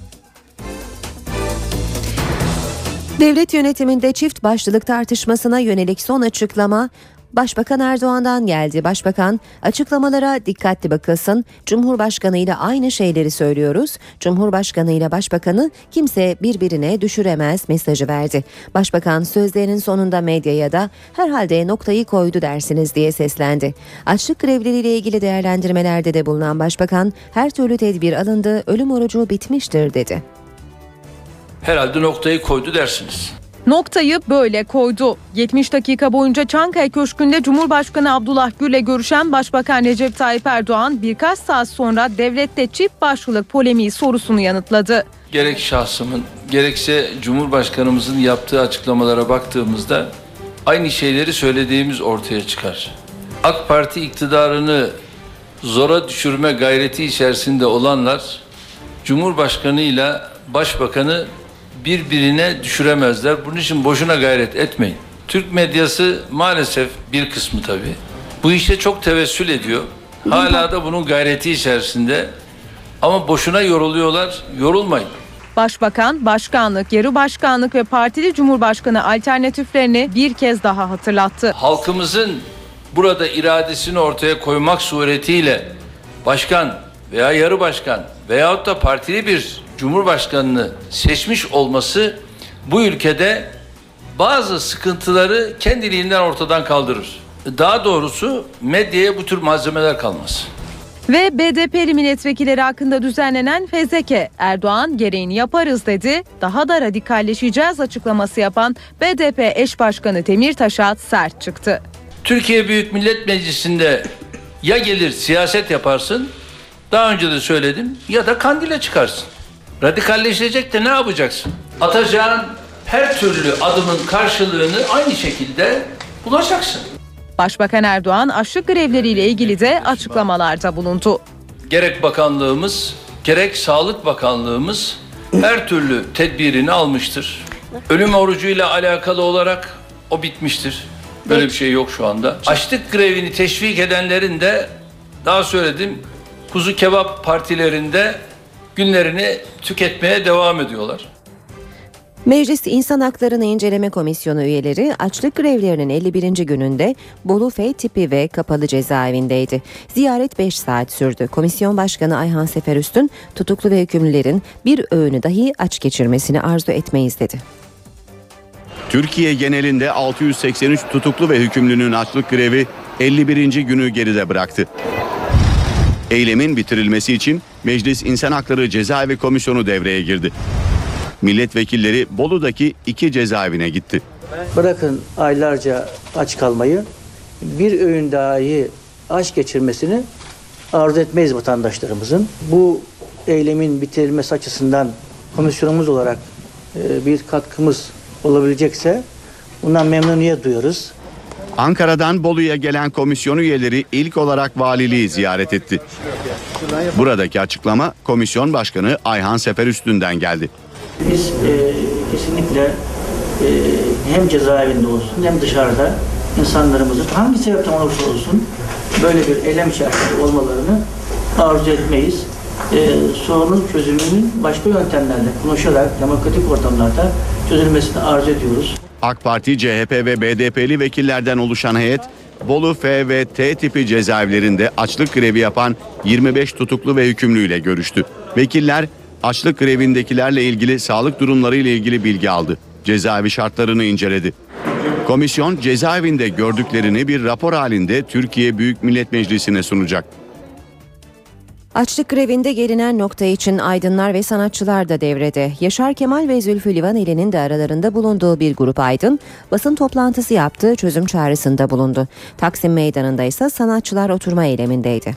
Devlet yönetiminde çift başlılık tartışmasına yönelik son açıklama Başbakan Erdoğan'dan geldi. Başbakan, açıklamalara dikkatli bakılsın. Cumhurbaşkanı ile aynı şeyleri söylüyoruz. Cumhurbaşkanı ile başbakanı kimse birbirine düşüremez mesajı verdi. Başbakan sözlerinin sonunda medyaya da herhalde noktayı koydu dersiniz diye seslendi. Açlık grevleriyle ilgili değerlendirmelerde de bulunan başbakan, her türlü tedbir alındı, ölüm orucu bitmiştir dedi. Herhalde noktayı koydu dersiniz. Noktayı böyle koydu. 70 dakika boyunca Çankaya Köşkü'nde Cumhurbaşkanı Abdullah Gül'le görüşen Başbakan Recep Tayyip Erdoğan birkaç saat sonra devlette çift başlılık polemiği sorusunu yanıtladı. Gerek şahsımın gerekse Cumhurbaşkanımızın yaptığı açıklamalara baktığımızda aynı şeyleri söylediğimiz ortaya çıkar. AK Parti iktidarını zora düşürme gayreti içerisinde olanlar Cumhurbaşkanı ile Başbakanı birbirine düşüremezler. Bunun için boşuna gayret etmeyin. Türk medyası maalesef bir kısmı tabii bu işe çok tevessül ediyor. Hala da bunun gayreti içerisinde. Ama boşuna yoruluyorlar. Yorulmayın. Başbakan, başkanlık, yarı başkanlık ve partili cumhurbaşkanı alternatiflerini bir kez daha hatırlattı. Halkımızın burada iradesini ortaya koymak suretiyle başkan veya yarı başkan veyahut da partili bir Cumhurbaşkanını seçmiş olması bu ülkede bazı sıkıntıları kendiliğinden ortadan kaldırır. Daha doğrusu medyaya bu tür malzemeler kalmaz. Ve BDP'li milletvekilleri hakkında düzenlenen fezleke, Erdoğan gereğini yaparız dedi. Daha da radikalleşeceğiz açıklaması yapan BDP eş başkanı Demirtaş'a sert çıktı. Türkiye Büyük Millet Meclisi'nde ya gelir siyaset yaparsın, daha önce de söyledim, ya da kandile çıkarsın. Radikalleşecek de ne yapacaksın? Atacağın her türlü adımın karşılığını aynı şekilde bulacaksın. Başbakan Erdoğan açlık grevleriyle ilgili de açıklamalarda bulundu. Gerek bakanlığımız, gerek Sağlık Bakanlığımız her türlü tedbirini almıştır. Ölüm orucuyla alakalı olarak o bitmiştir. Böyle bir şey yok şu anda. Açlık grevini teşvik edenlerin de daha söyledim, kuzu kebap partilerinde günlerini tüketmeye devam ediyorlar. Meclis İnsan Haklarını İnceleme Komisyonu üyeleri açlık grevlerinin 51. gününde Bolu F tipi ve kapalı cezaevindeydi. Ziyaret 5 saat sürdü. Komisyon Başkanı Ayhan Seferüstün, tutuklu ve hükümlülerin bir öğünü dahi aç geçirmesini arzu etmeyiz dedi. Türkiye genelinde 683 tutuklu ve hükümlünün açlık grevi 51. günü geride bıraktı. Eylemin bitirilmesi için Meclis İnsan Hakları Cezaevi Komisyonu devreye girdi. Milletvekilleri Bolu'daki 2 cezaevine gitti. Bırakın aylarca aç kalmayı, bir öğün dahi aç geçirmesini arzu etmeyiz vatandaşlarımızın. Bu eylemin bitirilmesi açısından komisyonumuz olarak bir katkımız olabilecekse bundan memnuniyet duyuyoruz. Ankara'dan Bolu'ya gelen komisyon üyeleri ilk olarak valiliği ziyaret etti. Buradaki açıklama Komisyon Başkanı Ayhan Seferüstün'den geldi. Biz kesinlikle hem cezaevinde olsun hem dışarıda insanlarımızın hangi sebepten olursa olsun böyle bir eylem içerisinde olmalarını arzu etmeyiz. Sorunun çözümünün başka yöntemlerle konuşarak demokratik ortamlarda çözülmesini arzu ediyoruz. AK Parti, CHP ve BDP'li vekillerden oluşan heyet, Bolu F ve T tipi cezaevlerinde açlık grevi yapan 25 tutuklu ve hükümlüyle görüştü. Vekiller açlık grevindekilerle ilgili sağlık durumları ile ilgili bilgi aldı. Cezaevi şartlarını inceledi. Komisyon cezaevinde gördüklerini bir rapor halinde Türkiye Büyük Millet Meclisi'ne sunacak. Açlık grevinde gelinen nokta için aydınlar ve sanatçılar da devrede. Yaşar Kemal ve Zülfü Livaneli'nin de aralarında bulunduğu bir grup aydın basın toplantısı yaptı, çözüm çağrısında bulundu. Taksim Meydanı'nda ise sanatçılar oturma eylemindeydi.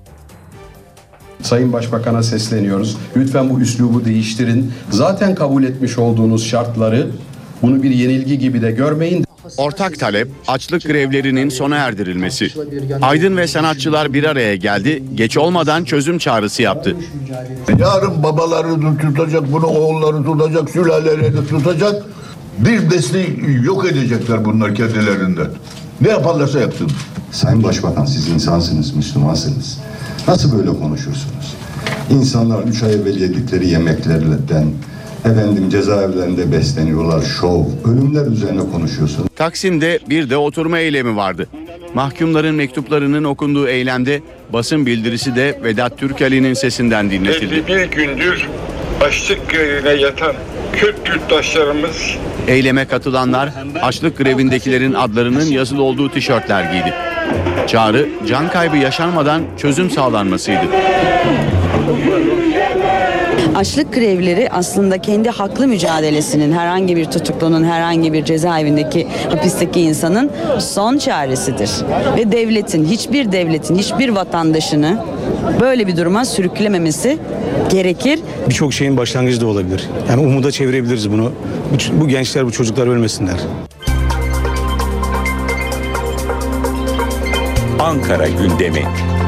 Sayın Başbakan'a sesleniyoruz. Lütfen bu üslubu değiştirin. Zaten kabul etmiş olduğunuz şartları bunu bir yenilgi gibi de görmeyin. Ortak talep açlık grevlerinin sona erdirilmesi. Aydın ve sanatçılar bir araya geldi, geç olmadan çözüm çağrısı yaptı. Yarın babaları tutacak, bunu oğulları tutacak, sülaleleri tutacak. Bir nesli yok edecekler bunlar kendilerinden. Ne yaparlarsa yapsın. Sayın Başbakan, siz insansınız, Müslümansınız. Nasıl böyle konuşursunuz? İnsanlar 3 ay evvel yedikleri yemeklerden, cezaevlerinde besleniyorlar, şov, ölümler üzerine konuşuyorsunuz. Taksim'de bir de oturma eylemi vardı. Mahkumların mektuplarının okunduğu eylemde basın bildirisi de Vedat Türkali'nin sesinden dinletildi. 51 gündür açlık grevine yatan Kürt yurttaşlarımız... Eyleme katılanlar açlık grevindekilerin adlarının yazılı olduğu tişörtler giydi. Çağrı, can kaybı yaşanmadan çözüm sağlanmasıydı. Açlık grevleri aslında kendi haklı mücadelesinin, herhangi bir tutuklunun, herhangi bir cezaevindeki, hapisteki insanın son çaresidir. Ve devletin, hiçbir vatandaşını böyle bir duruma sürüklememesi gerekir. Birçok şeyin başlangıcı da olabilir. Yani umuda çevirebiliriz bunu. Bu gençler, bu çocuklar ölmesinler. Ankara gündemi.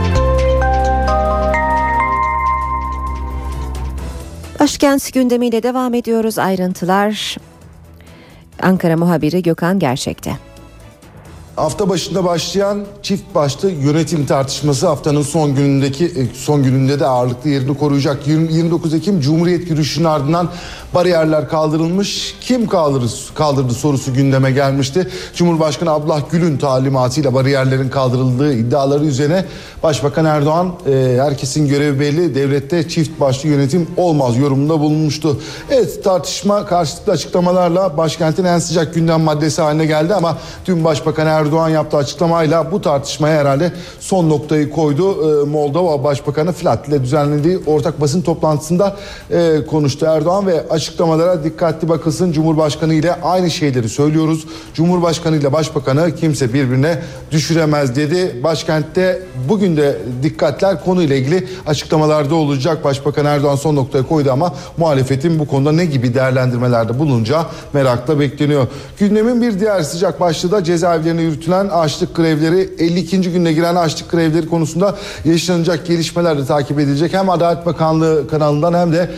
Başkent gündemiyle devam ediyoruz. Ayrıntılar Ankara muhabiri Gökhan Gerçek'te. Hafta başında başlayan çift başlı yönetim tartışması haftanın son gününde de ağırlıklı yerini koruyacak. 29 Ekim Cumhuriyet yürüyüşünün ardından bariyerler kaldırılmış. Kim kaldırdı sorusu gündeme gelmişti. Cumhurbaşkanı Abdullah Gül'ün talimatıyla bariyerlerin kaldırıldığı iddiaları üzerine Başbakan Erdoğan herkesin görevi belli, devlette çift başlı yönetim olmaz yorumunda bulunmuştu. Evet, tartışma karşılıklı açıklamalarla başkentin en sıcak gündem maddesi haline geldi ama dün Başbakan Erdoğan yaptığı açıklamayla bu tartışmaya herhalde son noktayı koydu. Moldova Başbakanı Filat ile düzenlediği ortak basın toplantısında konuştu Erdoğan ve açıklamalara dikkatli bakılsın. Cumhurbaşkanı ile aynı şeyleri söylüyoruz. Cumhurbaşkanı ile Başbakanı kimse birbirine düşüremez dedi. Başkentte bugün de dikkatler konuyla ilgili açıklamalarda olacak. Başbakan Erdoğan son noktayı koydu ama muhalefetin bu konuda ne gibi değerlendirmelerde bulunacağı merakla bekleniyor. Gündemin bir diğer sıcak başlığı da cezaevlerine yürütülen açlık grevleri. 52. gününe giren açlık grevleri konusunda yaşanacak gelişmeler de takip edilecek. Hem Adalet Bakanlığı kanalından hem de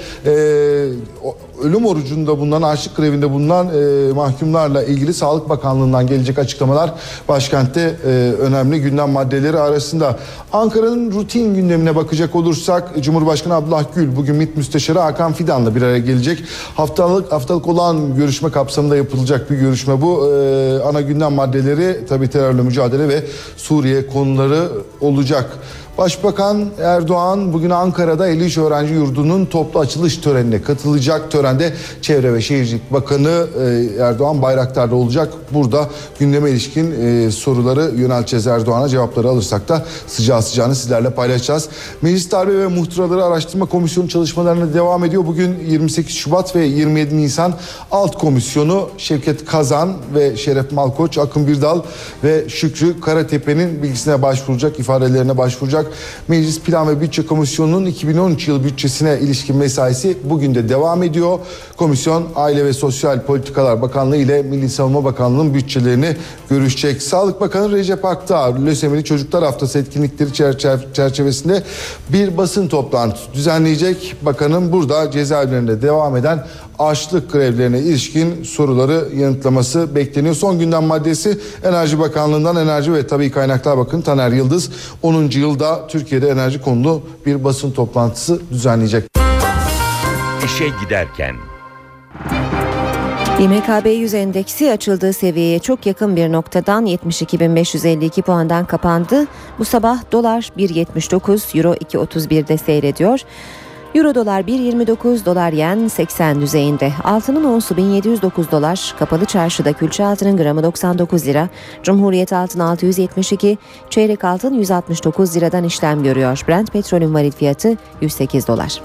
ölüm orucunda bulunan, açlık grevinde bulunan mahkumlarla ilgili Sağlık Bakanlığı'ndan gelecek açıklamalar başkentte önemli gündem maddeleri arasında. Ankara'nın rutin gündemine bakacak olursak Cumhurbaşkanı Abdullah Gül bugün MİT Müsteşarı Hakan Fidan'la bir araya gelecek. Haftalık olan görüşme kapsamında yapılacak bir görüşme bu. Ana gündem maddeleri tabii terörle mücadele ve Suriye konuları olacak. Başbakan Erdoğan bugün Ankara'da 53 öğrenci yurdunun toplu açılış törenine katılacak. Törende Çevre ve Şehircilik Bakanı Erdoğan Bayraktar'da olacak. Burada gündeme ilişkin soruları yönelteceğiz Erdoğan'a. Cevapları alırsak da sıcağını sizlerle paylaşacağız. Meclis Darbe ve Muhtıraları Araştırma Komisyonu çalışmalarına devam ediyor. Bugün 28 Şubat ve 27 Nisan Alt Komisyonu Şevket Kazan ve Şeref Malkoç, Akın Birdal ve Şükrü Karatepe'nin bilgisine başvuracak, ifadelerine başvuracak. Meclis Plan ve Bütçe Komisyonu'nun 2013 yılı bütçesine ilişkin mesaisi bugün de devam ediyor. Komisyon Aile ve Sosyal Politikalar Bakanlığı ile Milli Savunma Bakanlığı'nın bütçelerini görüşecek. Sağlık Bakanı Recep Akdağ, Lösemili Çocuklar Haftası etkinlikleri çerçevesinde bir basın toplantısı düzenleyecek. Bakanın burada cezaevlerinde devam eden açlık grevlerine ilişkin soruları yanıtlaması bekleniyor. Son gündem maddesi Enerji Bakanlığı'ndan Enerji ve Tabii Kaynaklar Bakanı Taner Yıldız 10. yılda Türkiye'de enerji konulu bir basın toplantısı düzenleyecek. İşe giderken. İMKB 100 endeksi açıldığı seviyeye çok yakın bir noktadan 72.552 puandan kapandı. Bu sabah dolar 1.79, euro 2.31'de seyrediyor. Euro dolar 1.29, dolar yen 80 düzeyinde. Altının onsu 1709 dolar. Kapalı çarşıda külçe altının gramı 99 lira. Cumhuriyet altın 672, çeyrek altın 169 liradan işlem görüyor. Brent petrolün varil fiyatı 108 dolar.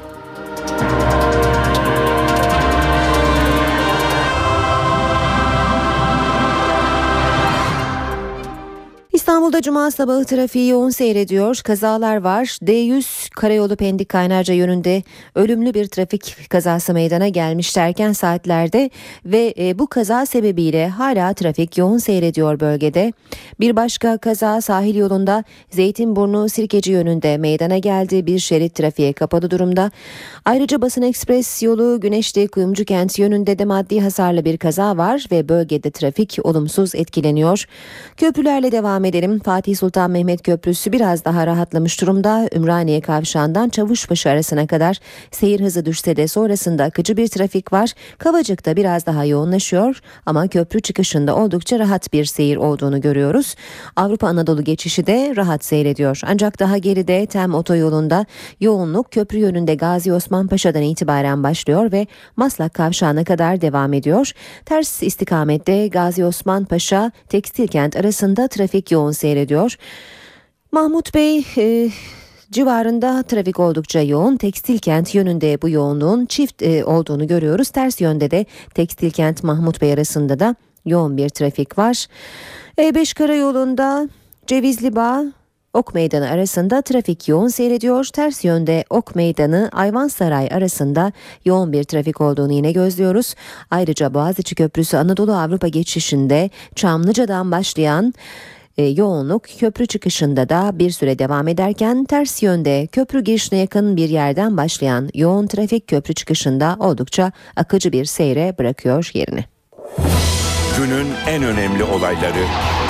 İstanbul'da cuma sabahı trafiği yoğun seyrediyor. Kazalar var. D100 Karayolu Pendik Kaynarca yönünde ölümlü bir trafik kazası meydana gelmiş erken saatlerde ve bu kaza sebebiyle hala trafik yoğun seyrediyor bölgede. Bir başka kaza sahil yolunda Zeytinburnu Sirkeci yönünde meydana geldi. Bir şerit trafiğe kapalı durumda. Ayrıca Basın Ekspres yolu Güneşli Kuyumcukent yönünde de maddi hasarlı bir kaza var ve bölgede trafik olumsuz etkileniyor. Köprülerle devam edelim. Fatih Sultan Mehmet Köprüsü biraz daha rahatlamış durumda. Ümraniye Kavşağı'ndan Çavuşbaşı arasına kadar seyir hızı düşse de sonrasında akıcı bir trafik var. Kavacık'ta biraz daha yoğunlaşıyor ama köprü çıkışında oldukça rahat bir seyir olduğunu görüyoruz. Avrupa Anadolu geçişi de rahat seyrediyor. Ancak daha geride Tem otoyolunda yoğunluk köprü yönünde Gazi Osman Paşa'dan itibaren başlıyor ve Maslak Kavşağı'na kadar devam ediyor. Ters istikamette Gazi Osman Paşa Tekstilkent arasında trafik yoğun seyrediyor. Mahmut Bey civarında trafik oldukça yoğun. Tekstilkent yönünde bu yoğunluğun çift olduğunu görüyoruz. Ters yönde de Tekstilkent Mahmut Bey arasında da yoğun bir trafik var. E5 karayolunda Cevizlibağ Ok Meydanı arasında trafik yoğun seyrediyor. Ters yönde Ok Meydanı Ayvansaray arasında yoğun bir trafik olduğunu yine gözlüyoruz. Ayrıca Boğaziçi Köprüsü Anadolu Avrupa geçişinde Çamlıca'dan başlayan yoğunluk köprü çıkışında da bir süre devam ederken ters yönde köprü girişine yakın bir yerden başlayan yoğun trafik köprü çıkışında oldukça akıcı bir seyre bırakıyor yerini. Günün en önemli olayları.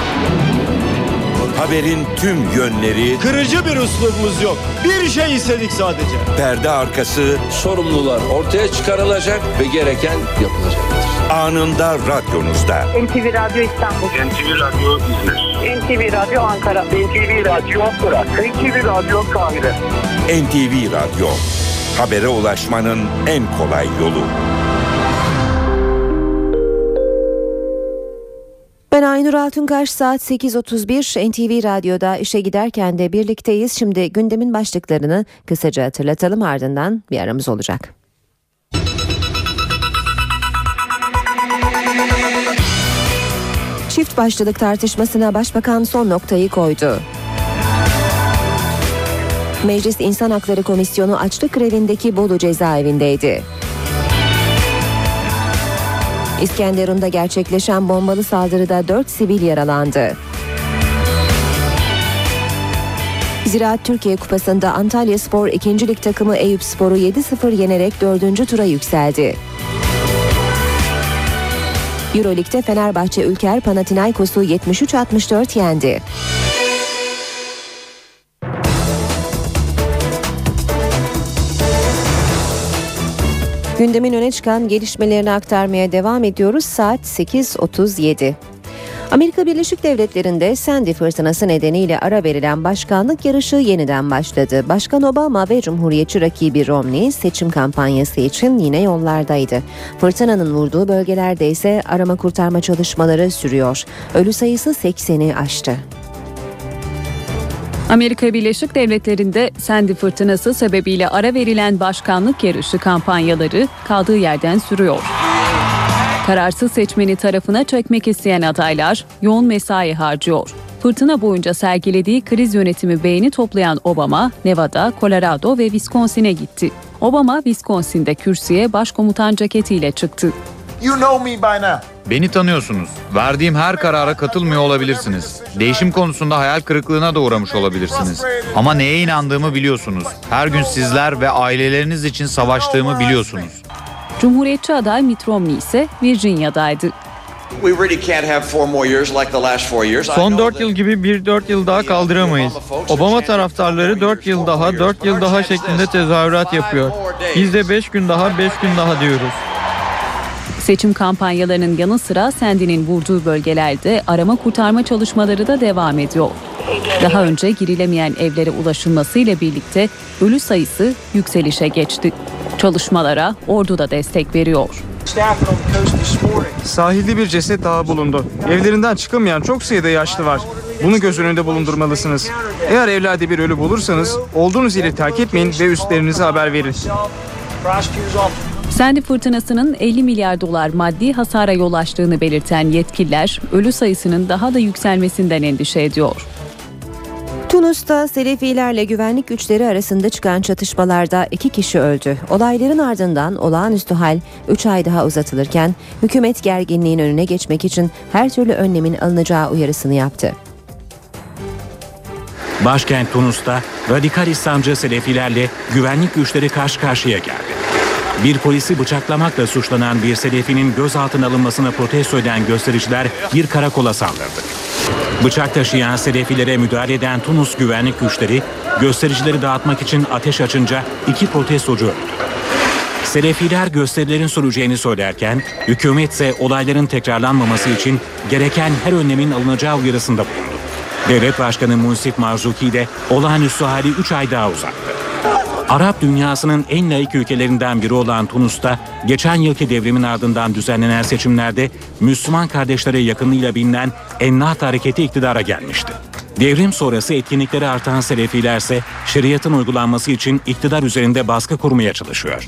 Haberin tüm yönleri. Kırıcı bir üslubumuz yok. Bir şey istedik sadece. Perde arkası. Sorumlular ortaya çıkarılacak ve gereken yapılacaktır. Anında radyonuzda. NTV Radyo İstanbul. NTV Radyo İzmir. NTV Radyo Ankara. NTV Radyo Fırat. NTV Radyo Kahire. NTV Radyo. Habere ulaşmanın en kolay yolu. Ben Aynur Altunkaş, saat 8.31 NTV Radyo'da işe giderken de birlikteyiz. Şimdi gündemin başlıklarını kısaca hatırlatalım, ardından bir aramız olacak. Çift başlılık tartışmasına Başbakan son noktayı koydu. Meclis İnsan Hakları Komisyonu açlık grevindeki Bolu cezaevindeydi. İskenderun'da gerçekleşen bombalı saldırıda 4 sivil yaralandı. Ziraat Türkiye Kupası'nda Antalyaspor 2. Lig takımı Eyüpspor'u 7-0 yenerek 4. tura yükseldi. Euroleague'de Fenerbahçe Ülker Panathinaikos'u 73-64 yendi. Gündemin öne çıkan gelişmelerini aktarmaya devam ediyoruz. Saat 8.37. Amerika Birleşik Devletleri'nde Sandy fırtınası nedeniyle ara verilen başkanlık yarışı yeniden başladı. Başkan Obama ve Cumhuriyetçi rakibi Romney seçim kampanyası için yine yollardaydı. Fırtınanın vurduğu bölgelerde ise arama kurtarma çalışmaları sürüyor. Ölü sayısı 80'i aştı. Amerika Birleşik Devletleri'nde Sandy fırtınası sebebiyle ara verilen başkanlık yarışı kampanyaları kaldığı yerden sürüyor. Kararsız seçmeni tarafına çekmek isteyen adaylar yoğun mesai harcıyor. Fırtına boyunca sergilediği kriz yönetimi beğeni toplayan Obama, Nevada, Colorado ve Wisconsin'e gitti. Obama, Wisconsin'de kürsüye başkomutan ceketiyle çıktı. Beni tanıyorsunuz. Verdiğim her karara katılmıyor olabilirsiniz. Değişim konusunda hayal kırıklığına da uğramış olabilirsiniz. Ama neye inandığımı biliyorsunuz. Her gün sizler ve aileleriniz için savaştığımı biliyorsunuz. Cumhuriyetçi aday Mitt Romney ise Virginia'daydı. Son 4 yıl gibi bir 4 yıl daha kaldıramayız. Obama taraftarları 4 yıl daha şeklinde tezahürat yapıyor. Biz de 5 gün daha diyoruz. Seçim kampanyalarının yanı sıra Sandy'nin vurduğu bölgelerde arama kurtarma çalışmaları da devam ediyor. Daha önce girilemeyen evlere ulaşılmasıyla birlikte ölü sayısı yükselişe geçti. Çalışmalara ordu da destek veriyor. Sahilde bir ceset daha bulundu. Evlerinden çıkamayan çok sayıda yaşlı var. Bunu göz önünde bulundurmalısınız. Eğer evlerde bir ölü bulursanız olduğunuz yeri terk etmeyin ve üstlerinize haber verin. Sandy fırtınasının 50 milyar dolar maddi hasara yol açtığını belirten yetkililer ölü sayısının daha da yükselmesinden endişe ediyor. Tunus'ta Selefilerle güvenlik güçleri arasında çıkan çatışmalarda 2 kişi öldü. Olayların ardından olağanüstü hal 3 ay daha uzatılırken hükümet gerginliğin önüne geçmek için her türlü önlemin alınacağı uyarısını yaptı. Başkent Tunus'ta radikal İslamcı Selefilerle güvenlik güçleri karşı karşıya geldi. Bir polisi bıçaklamakla suçlanan bir Selefi'nin gözaltına alınmasına protesto eden göstericiler bir karakola saldırdı. Bıçak taşıyan Selefilere müdahale eden Tunus güvenlik güçleri göstericileri dağıtmak için ateş açınca 2 protestocu öldü. Selefiler gösterilerin süreceğini söylerken hükümet ise olayların tekrarlanmaması için gereken her önlemin alınacağı uyarısında bulundu. Devlet Başkanı Munsif Marzuki de olağanüstü hali 3 ay daha uzattı. Arap dünyasının en laik ülkelerinden biri olan Tunus'ta geçen yılki devrimin ardından düzenlenen seçimlerde Müslüman kardeşlere yakınlığıyla bilinen Ennahdha hareketi iktidara gelmişti. Devrim sonrası etkinlikleri artan Selefiler ise şeriatın uygulanması için iktidar üzerinde baskı kurmaya çalışıyor.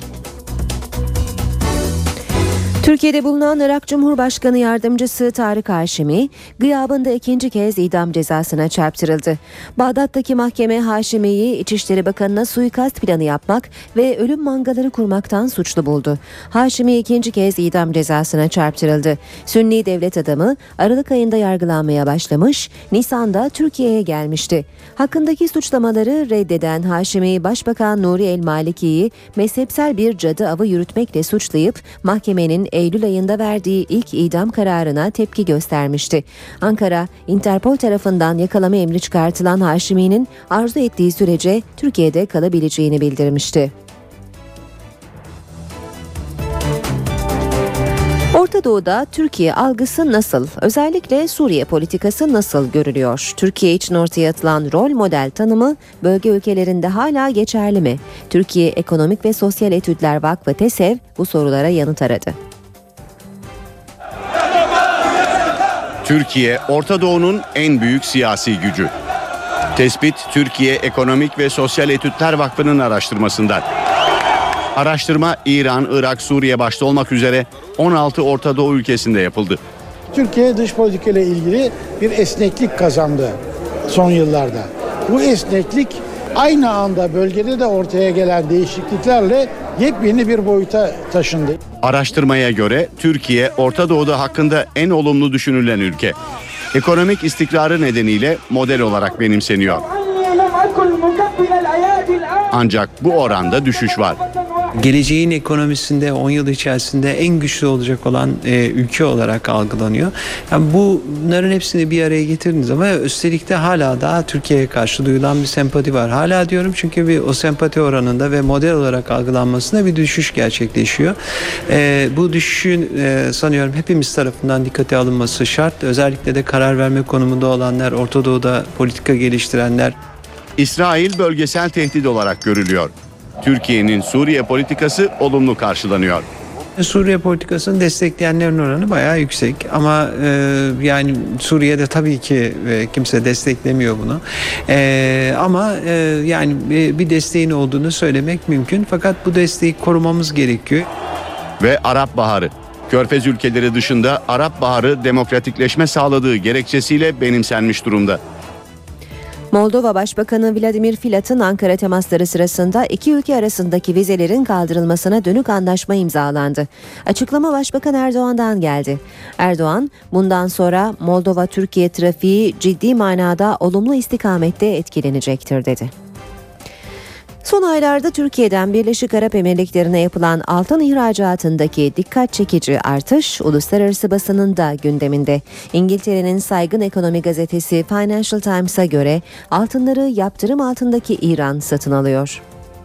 Türkiye'de bulunan Irak Cumhurbaşkanı Yardımcısı Tarık Haşimi, gıyabında 2. kez idam cezasına çarptırıldı. Bağdat'taki mahkeme Haşimi'yi İçişleri Bakanı'na suikast planı yapmak ve ölüm mangaları kurmaktan suçlu buldu. Haşimi 2. kez idam cezasına çarptırıldı. Sünni devlet adamı Aralık ayında yargılanmaya başlamış, Nisan'da Türkiye'ye gelmişti. Hakkındaki suçlamaları reddeden Haşimi, Başbakan Nuri El Maliki'yi mezhepsel bir cadı avı yürütmekle suçlayıp mahkemenin Eylül ayında verdiği ilk idam kararına tepki göstermişti. Ankara, Interpol tarafından yakalama emri çıkartılan Haşimi'nin arzu ettiği sürece Türkiye'de kalabileceğini bildirmişti. Orta Doğu'da Türkiye algısı nasıl? Özellikle Suriye politikası nasıl görülüyor? Türkiye için ortaya atılan rol model tanımı bölge ülkelerinde hala geçerli mi? Türkiye Ekonomik ve Sosyal Etütler Vakfı TESEV bu sorulara yanıt aradı. Türkiye, Orta Doğu'nun en büyük siyasi gücü. Tespit, Türkiye Ekonomik ve Sosyal Etütler Vakfı'nın araştırmasından. Araştırma, İran, Irak, Suriye başta olmak üzere 16 Orta Doğu ülkesinde yapıldı. Türkiye dış politika ile ilgili bir esneklik kazandı son yıllarda. Bu esneklik aynı anda bölgede de ortaya gelen değişikliklerle yepyeni bir boyuta taşındı. Araştırmaya göre Türkiye, Orta Doğu'da hakkında en olumlu düşünülen ülke. Ekonomik istikrarı nedeniyle model olarak benimseniyor. Ancak bu oranda düşüş var. Geleceğin ekonomisinde 10 yıl içerisinde en güçlü olacak olan ülke olarak algılanıyor. Yani bunların hepsini bir araya getirdiğiniz zaman üstelik de hala daha Türkiye'ye karşı duyulan bir sempati var. Hala diyorum çünkü o sempati oranında ve model olarak algılanmasında bir düşüş gerçekleşiyor. Bu düşüşün sanıyorum hepimiz tarafından dikkate alınması şart. Özellikle de karar verme konumunda olanlar, Orta Doğu'da politika geliştirenler. İsrail bölgesel tehdit olarak görülüyor. Türkiye'nin Suriye politikası olumlu karşılanıyor. Suriye politikasını destekleyenlerin oranı bayağı yüksek ama yani Suriye'de tabii ki kimse desteklemiyor bunu. Ama yani bir desteğin olduğunu söylemek mümkün fakat bu desteği korumamız gerekiyor. Ve Arap Baharı. Körfez ülkeleri dışında Arap Baharı demokratikleşme sağladığı gerekçesiyle benimsenmiş durumda. Moldova Başbakanı Vladimir Filat'ın Ankara temasları sırasında iki ülke arasındaki vizelerin kaldırılmasına dönük anlaşma imzalandı. Açıklama Başbakan Erdoğan'dan geldi. Erdoğan, bundan sonra Moldova-Türkiye trafiği ciddi manada olumlu istikamette etkilenecektir dedi. Son aylarda Türkiye'den Birleşik Arap Emirlikleri'ne yapılan altın ihracatındaki dikkat çekici artış uluslararası basının da gündeminde. İngiltere'nin saygın ekonomi gazetesi Financial Times'a göre altınları yaptırım altındaki İran satın alıyor.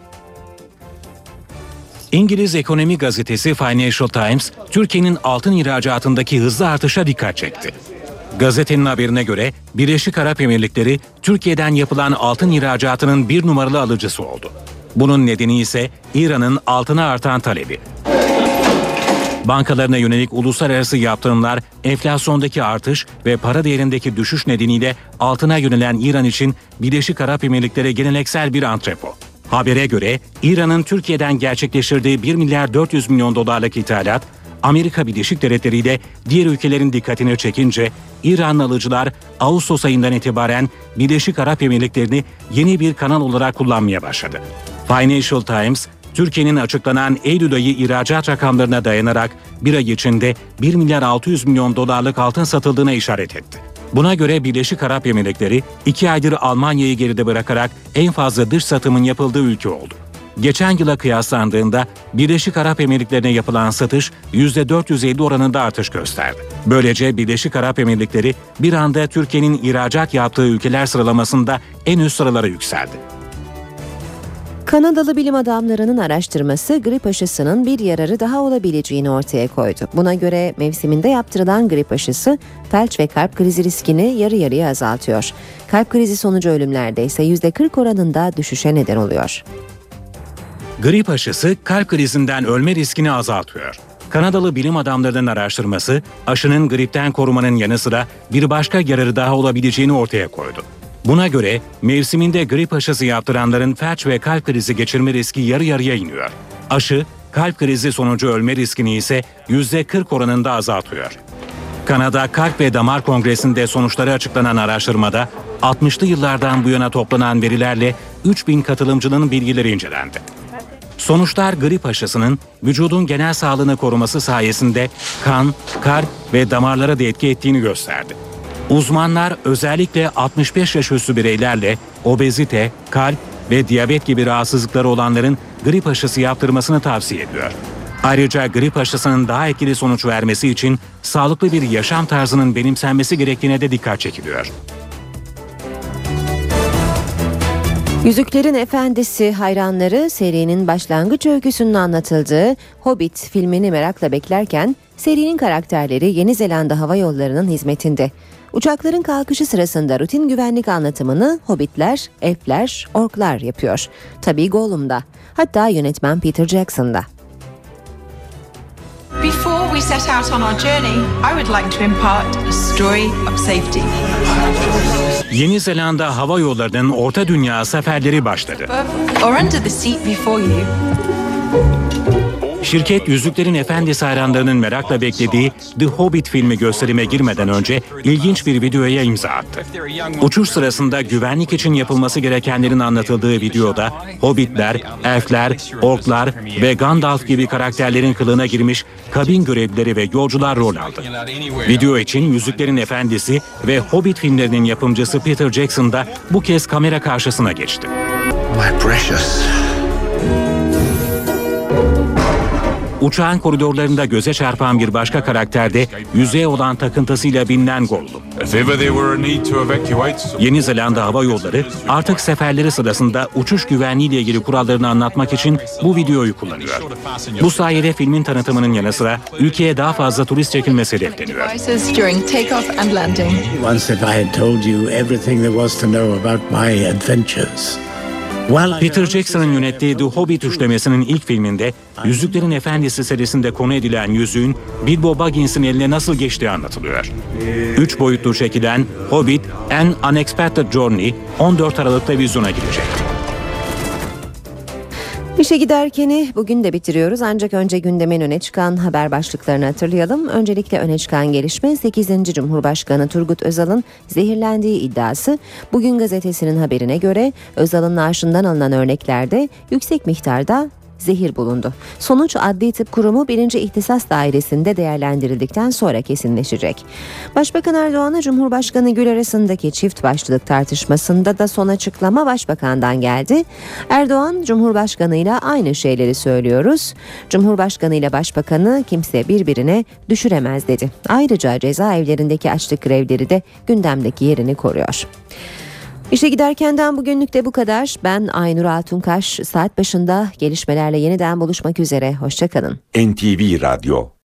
İngiliz ekonomi gazetesi Financial Times, Türkiye'nin altın ihracatındaki hızlı artışa dikkat çekti. Gazetenin haberine göre Birleşik Arap Emirlikleri Türkiye'den yapılan altın ihracatının bir numaralı alıcısı oldu. Bunun nedeni ise İran'ın altına artan talebi. Bankalarına yönelik uluslararası yaptırımlar, enflasyondaki artış ve para değerindeki düşüş nedeniyle altına yönelen İran için Birleşik Arap Emirlikleri geleneksel bir antrepo. Habere göre İran'ın Türkiye'den gerçekleştirdiği 1 milyar 400 milyon dolarlık ithalat, Amerika Birleşik Devletleri ile diğer ülkelerin dikkatini çekince İranlı alıcılar Ağustos ayından itibaren Birleşik Arap Emirlikleri'ni yeni bir kanal olarak kullanmaya başladı. Financial Times, Türkiye'nin açıklanan Eylül ayı ihracat rakamlarına dayanarak bir ay içinde 1 milyar 600 milyon dolarlık altın satıldığına işaret etti. Buna göre Birleşik Arap Emirlikleri 2 aydır Almanya'yı geride bırakarak en fazla dış satımın yapıldığı ülke oldu. Geçen yıla kıyaslandığında Birleşik Arap Emirlikleri'ne yapılan satış %450 oranında artış gösterdi. Böylece Birleşik Arap Emirlikleri bir anda Türkiye'nin ihracat yaptığı ülkeler sıralamasında en üst sıralara yükseldi. Kanadalı bilim adamlarının araştırması grip aşısının bir yararı daha olabileceğini ortaya koydu. Buna göre mevsiminde yaptırılan grip aşısı felç ve kalp krizi riskini yarı yarıya azaltıyor. Kalp krizi sonucu ölümlerde ise %40 oranında düşüşe neden oluyor. Grip aşısı kalp krizinden ölme riskini azaltıyor. Kanadalı bilim adamlarının araştırması aşının gripten korumanın yanı sıra bir başka yararı daha olabileceğini ortaya koydu. Buna göre mevsiminde grip aşısı yaptıranların felç ve kalp krizi geçirme riski yarı yarıya iniyor. Aşı, kalp krizi sonucu ölme riskini ise %40 oranında azaltıyor. Kanada Kalp ve Damar Kongresi'nde sonuçları açıklanan araştırmada 60'lı yıllardan bu yana toplanan verilerle 3000 katılımcının bilgileri incelendi. Sonuçlar grip aşısının vücudun genel sağlığını koruması sayesinde kan, kalp ve damarlara da etki ettiğini gösterdi. Uzmanlar özellikle 65 yaş üstü bireylerle obezite, kalp ve diyabet gibi rahatsızlıkları olanların grip aşısı yaptırmasını tavsiye ediyor. Ayrıca grip aşısının daha etkili sonuç vermesi için sağlıklı bir yaşam tarzının benimsenmesi gerektiğine de dikkat çekiliyor. Yüzüklerin Efendisi hayranları serinin başlangıç öyküsünün anlatıldığı Hobbit filmini merakla beklerken serinin karakterleri Yeni Zelanda Hava Yolları'nın hizmetinde. Uçakların kalkışı sırasında rutin güvenlik anlatımını Hobbitler, Elfler, Orklar yapıyor. Tabii Gollum'da. Hatta yönetmen Peter Jackson'da. Before we set out on our journey, I would like to impart a story of safety. Yeni Zelanda Hava Yolları'nın Orta Dünya seferleri başladı. Or under the seat before you. Şirket Yüzüklerin Efendisi hayranlarının merakla beklediği The Hobbit filmi gösterime girmeden önce ilginç bir videoya imza attı. Uçuş sırasında güvenlik için yapılması gerekenlerin anlatıldığı videoda Hobbitler, Elfler, Orklar ve Gandalf gibi karakterlerin kılığına girmiş kabin görevlileri ve yolcular rol aldı. Video için Yüzüklerin Efendisi ve Hobbit filmlerinin yapımcısı Peter Jackson da bu kez kamera karşısına geçti. My precious. Uçağın koridorlarında göze çarpan bir başka karakter de yüzeye olan takıntısıyla bilinen Gollum. Yeni Zelanda Hava Yolları artık seferleri sırasında uçuş güvenliğiyle ilgili kurallarını anlatmak için bu videoyu kullanıyor. Bu sayede filmin tanıtımının yanı sıra ülkeye daha fazla turist çekilmesi hedefleniyor. Once if I had told you everything there was to know about my adventures. Peter Jackson'ın yönettiği The Hobbit üçlemesinin ilk filminde Yüzüklerin Efendisi serisinde konu edilen yüzüğün Bilbo Baggins'in eline nasıl geçtiği anlatılıyor. 3 boyutlu çekilen Hobbit An Unexpected Journey 14 Aralık'ta vizyona girecek. İşe giderkeni bugün de bitiriyoruz ancak önce gündemin öne çıkan haber başlıklarını hatırlayalım. Öncelikle öne çıkan gelişme 8. Cumhurbaşkanı Turgut Özal'ın zehirlendiği iddiası. Bugün gazetesinin haberine göre Özal'ın naaşından alınan örneklerde yüksek miktarda zehir bulundu. Sonuç Adli Tıp Kurumu 1. İhtisas Dairesi'nde değerlendirildikten sonra kesinleşecek. Başbakan Erdoğan'la Cumhurbaşkanı Gül arasındaki çift başlılık tartışmasında da son açıklama Başbakan'dan geldi. Erdoğan, Cumhurbaşkanı'yla aynı şeyleri söylüyoruz. Cumhurbaşkanı ile Başbakanı kimse birbirine düşüremez dedi. Ayrıca cezaevlerindeki açlık grevleri de gündemdeki yerini koruyor. İşe giderkenden bugünlük de bu kadar. Ben Aynur Altunkaş. Saat başında gelişmelerle yeniden buluşmak üzere. Hoşça kalın. NTV Radyo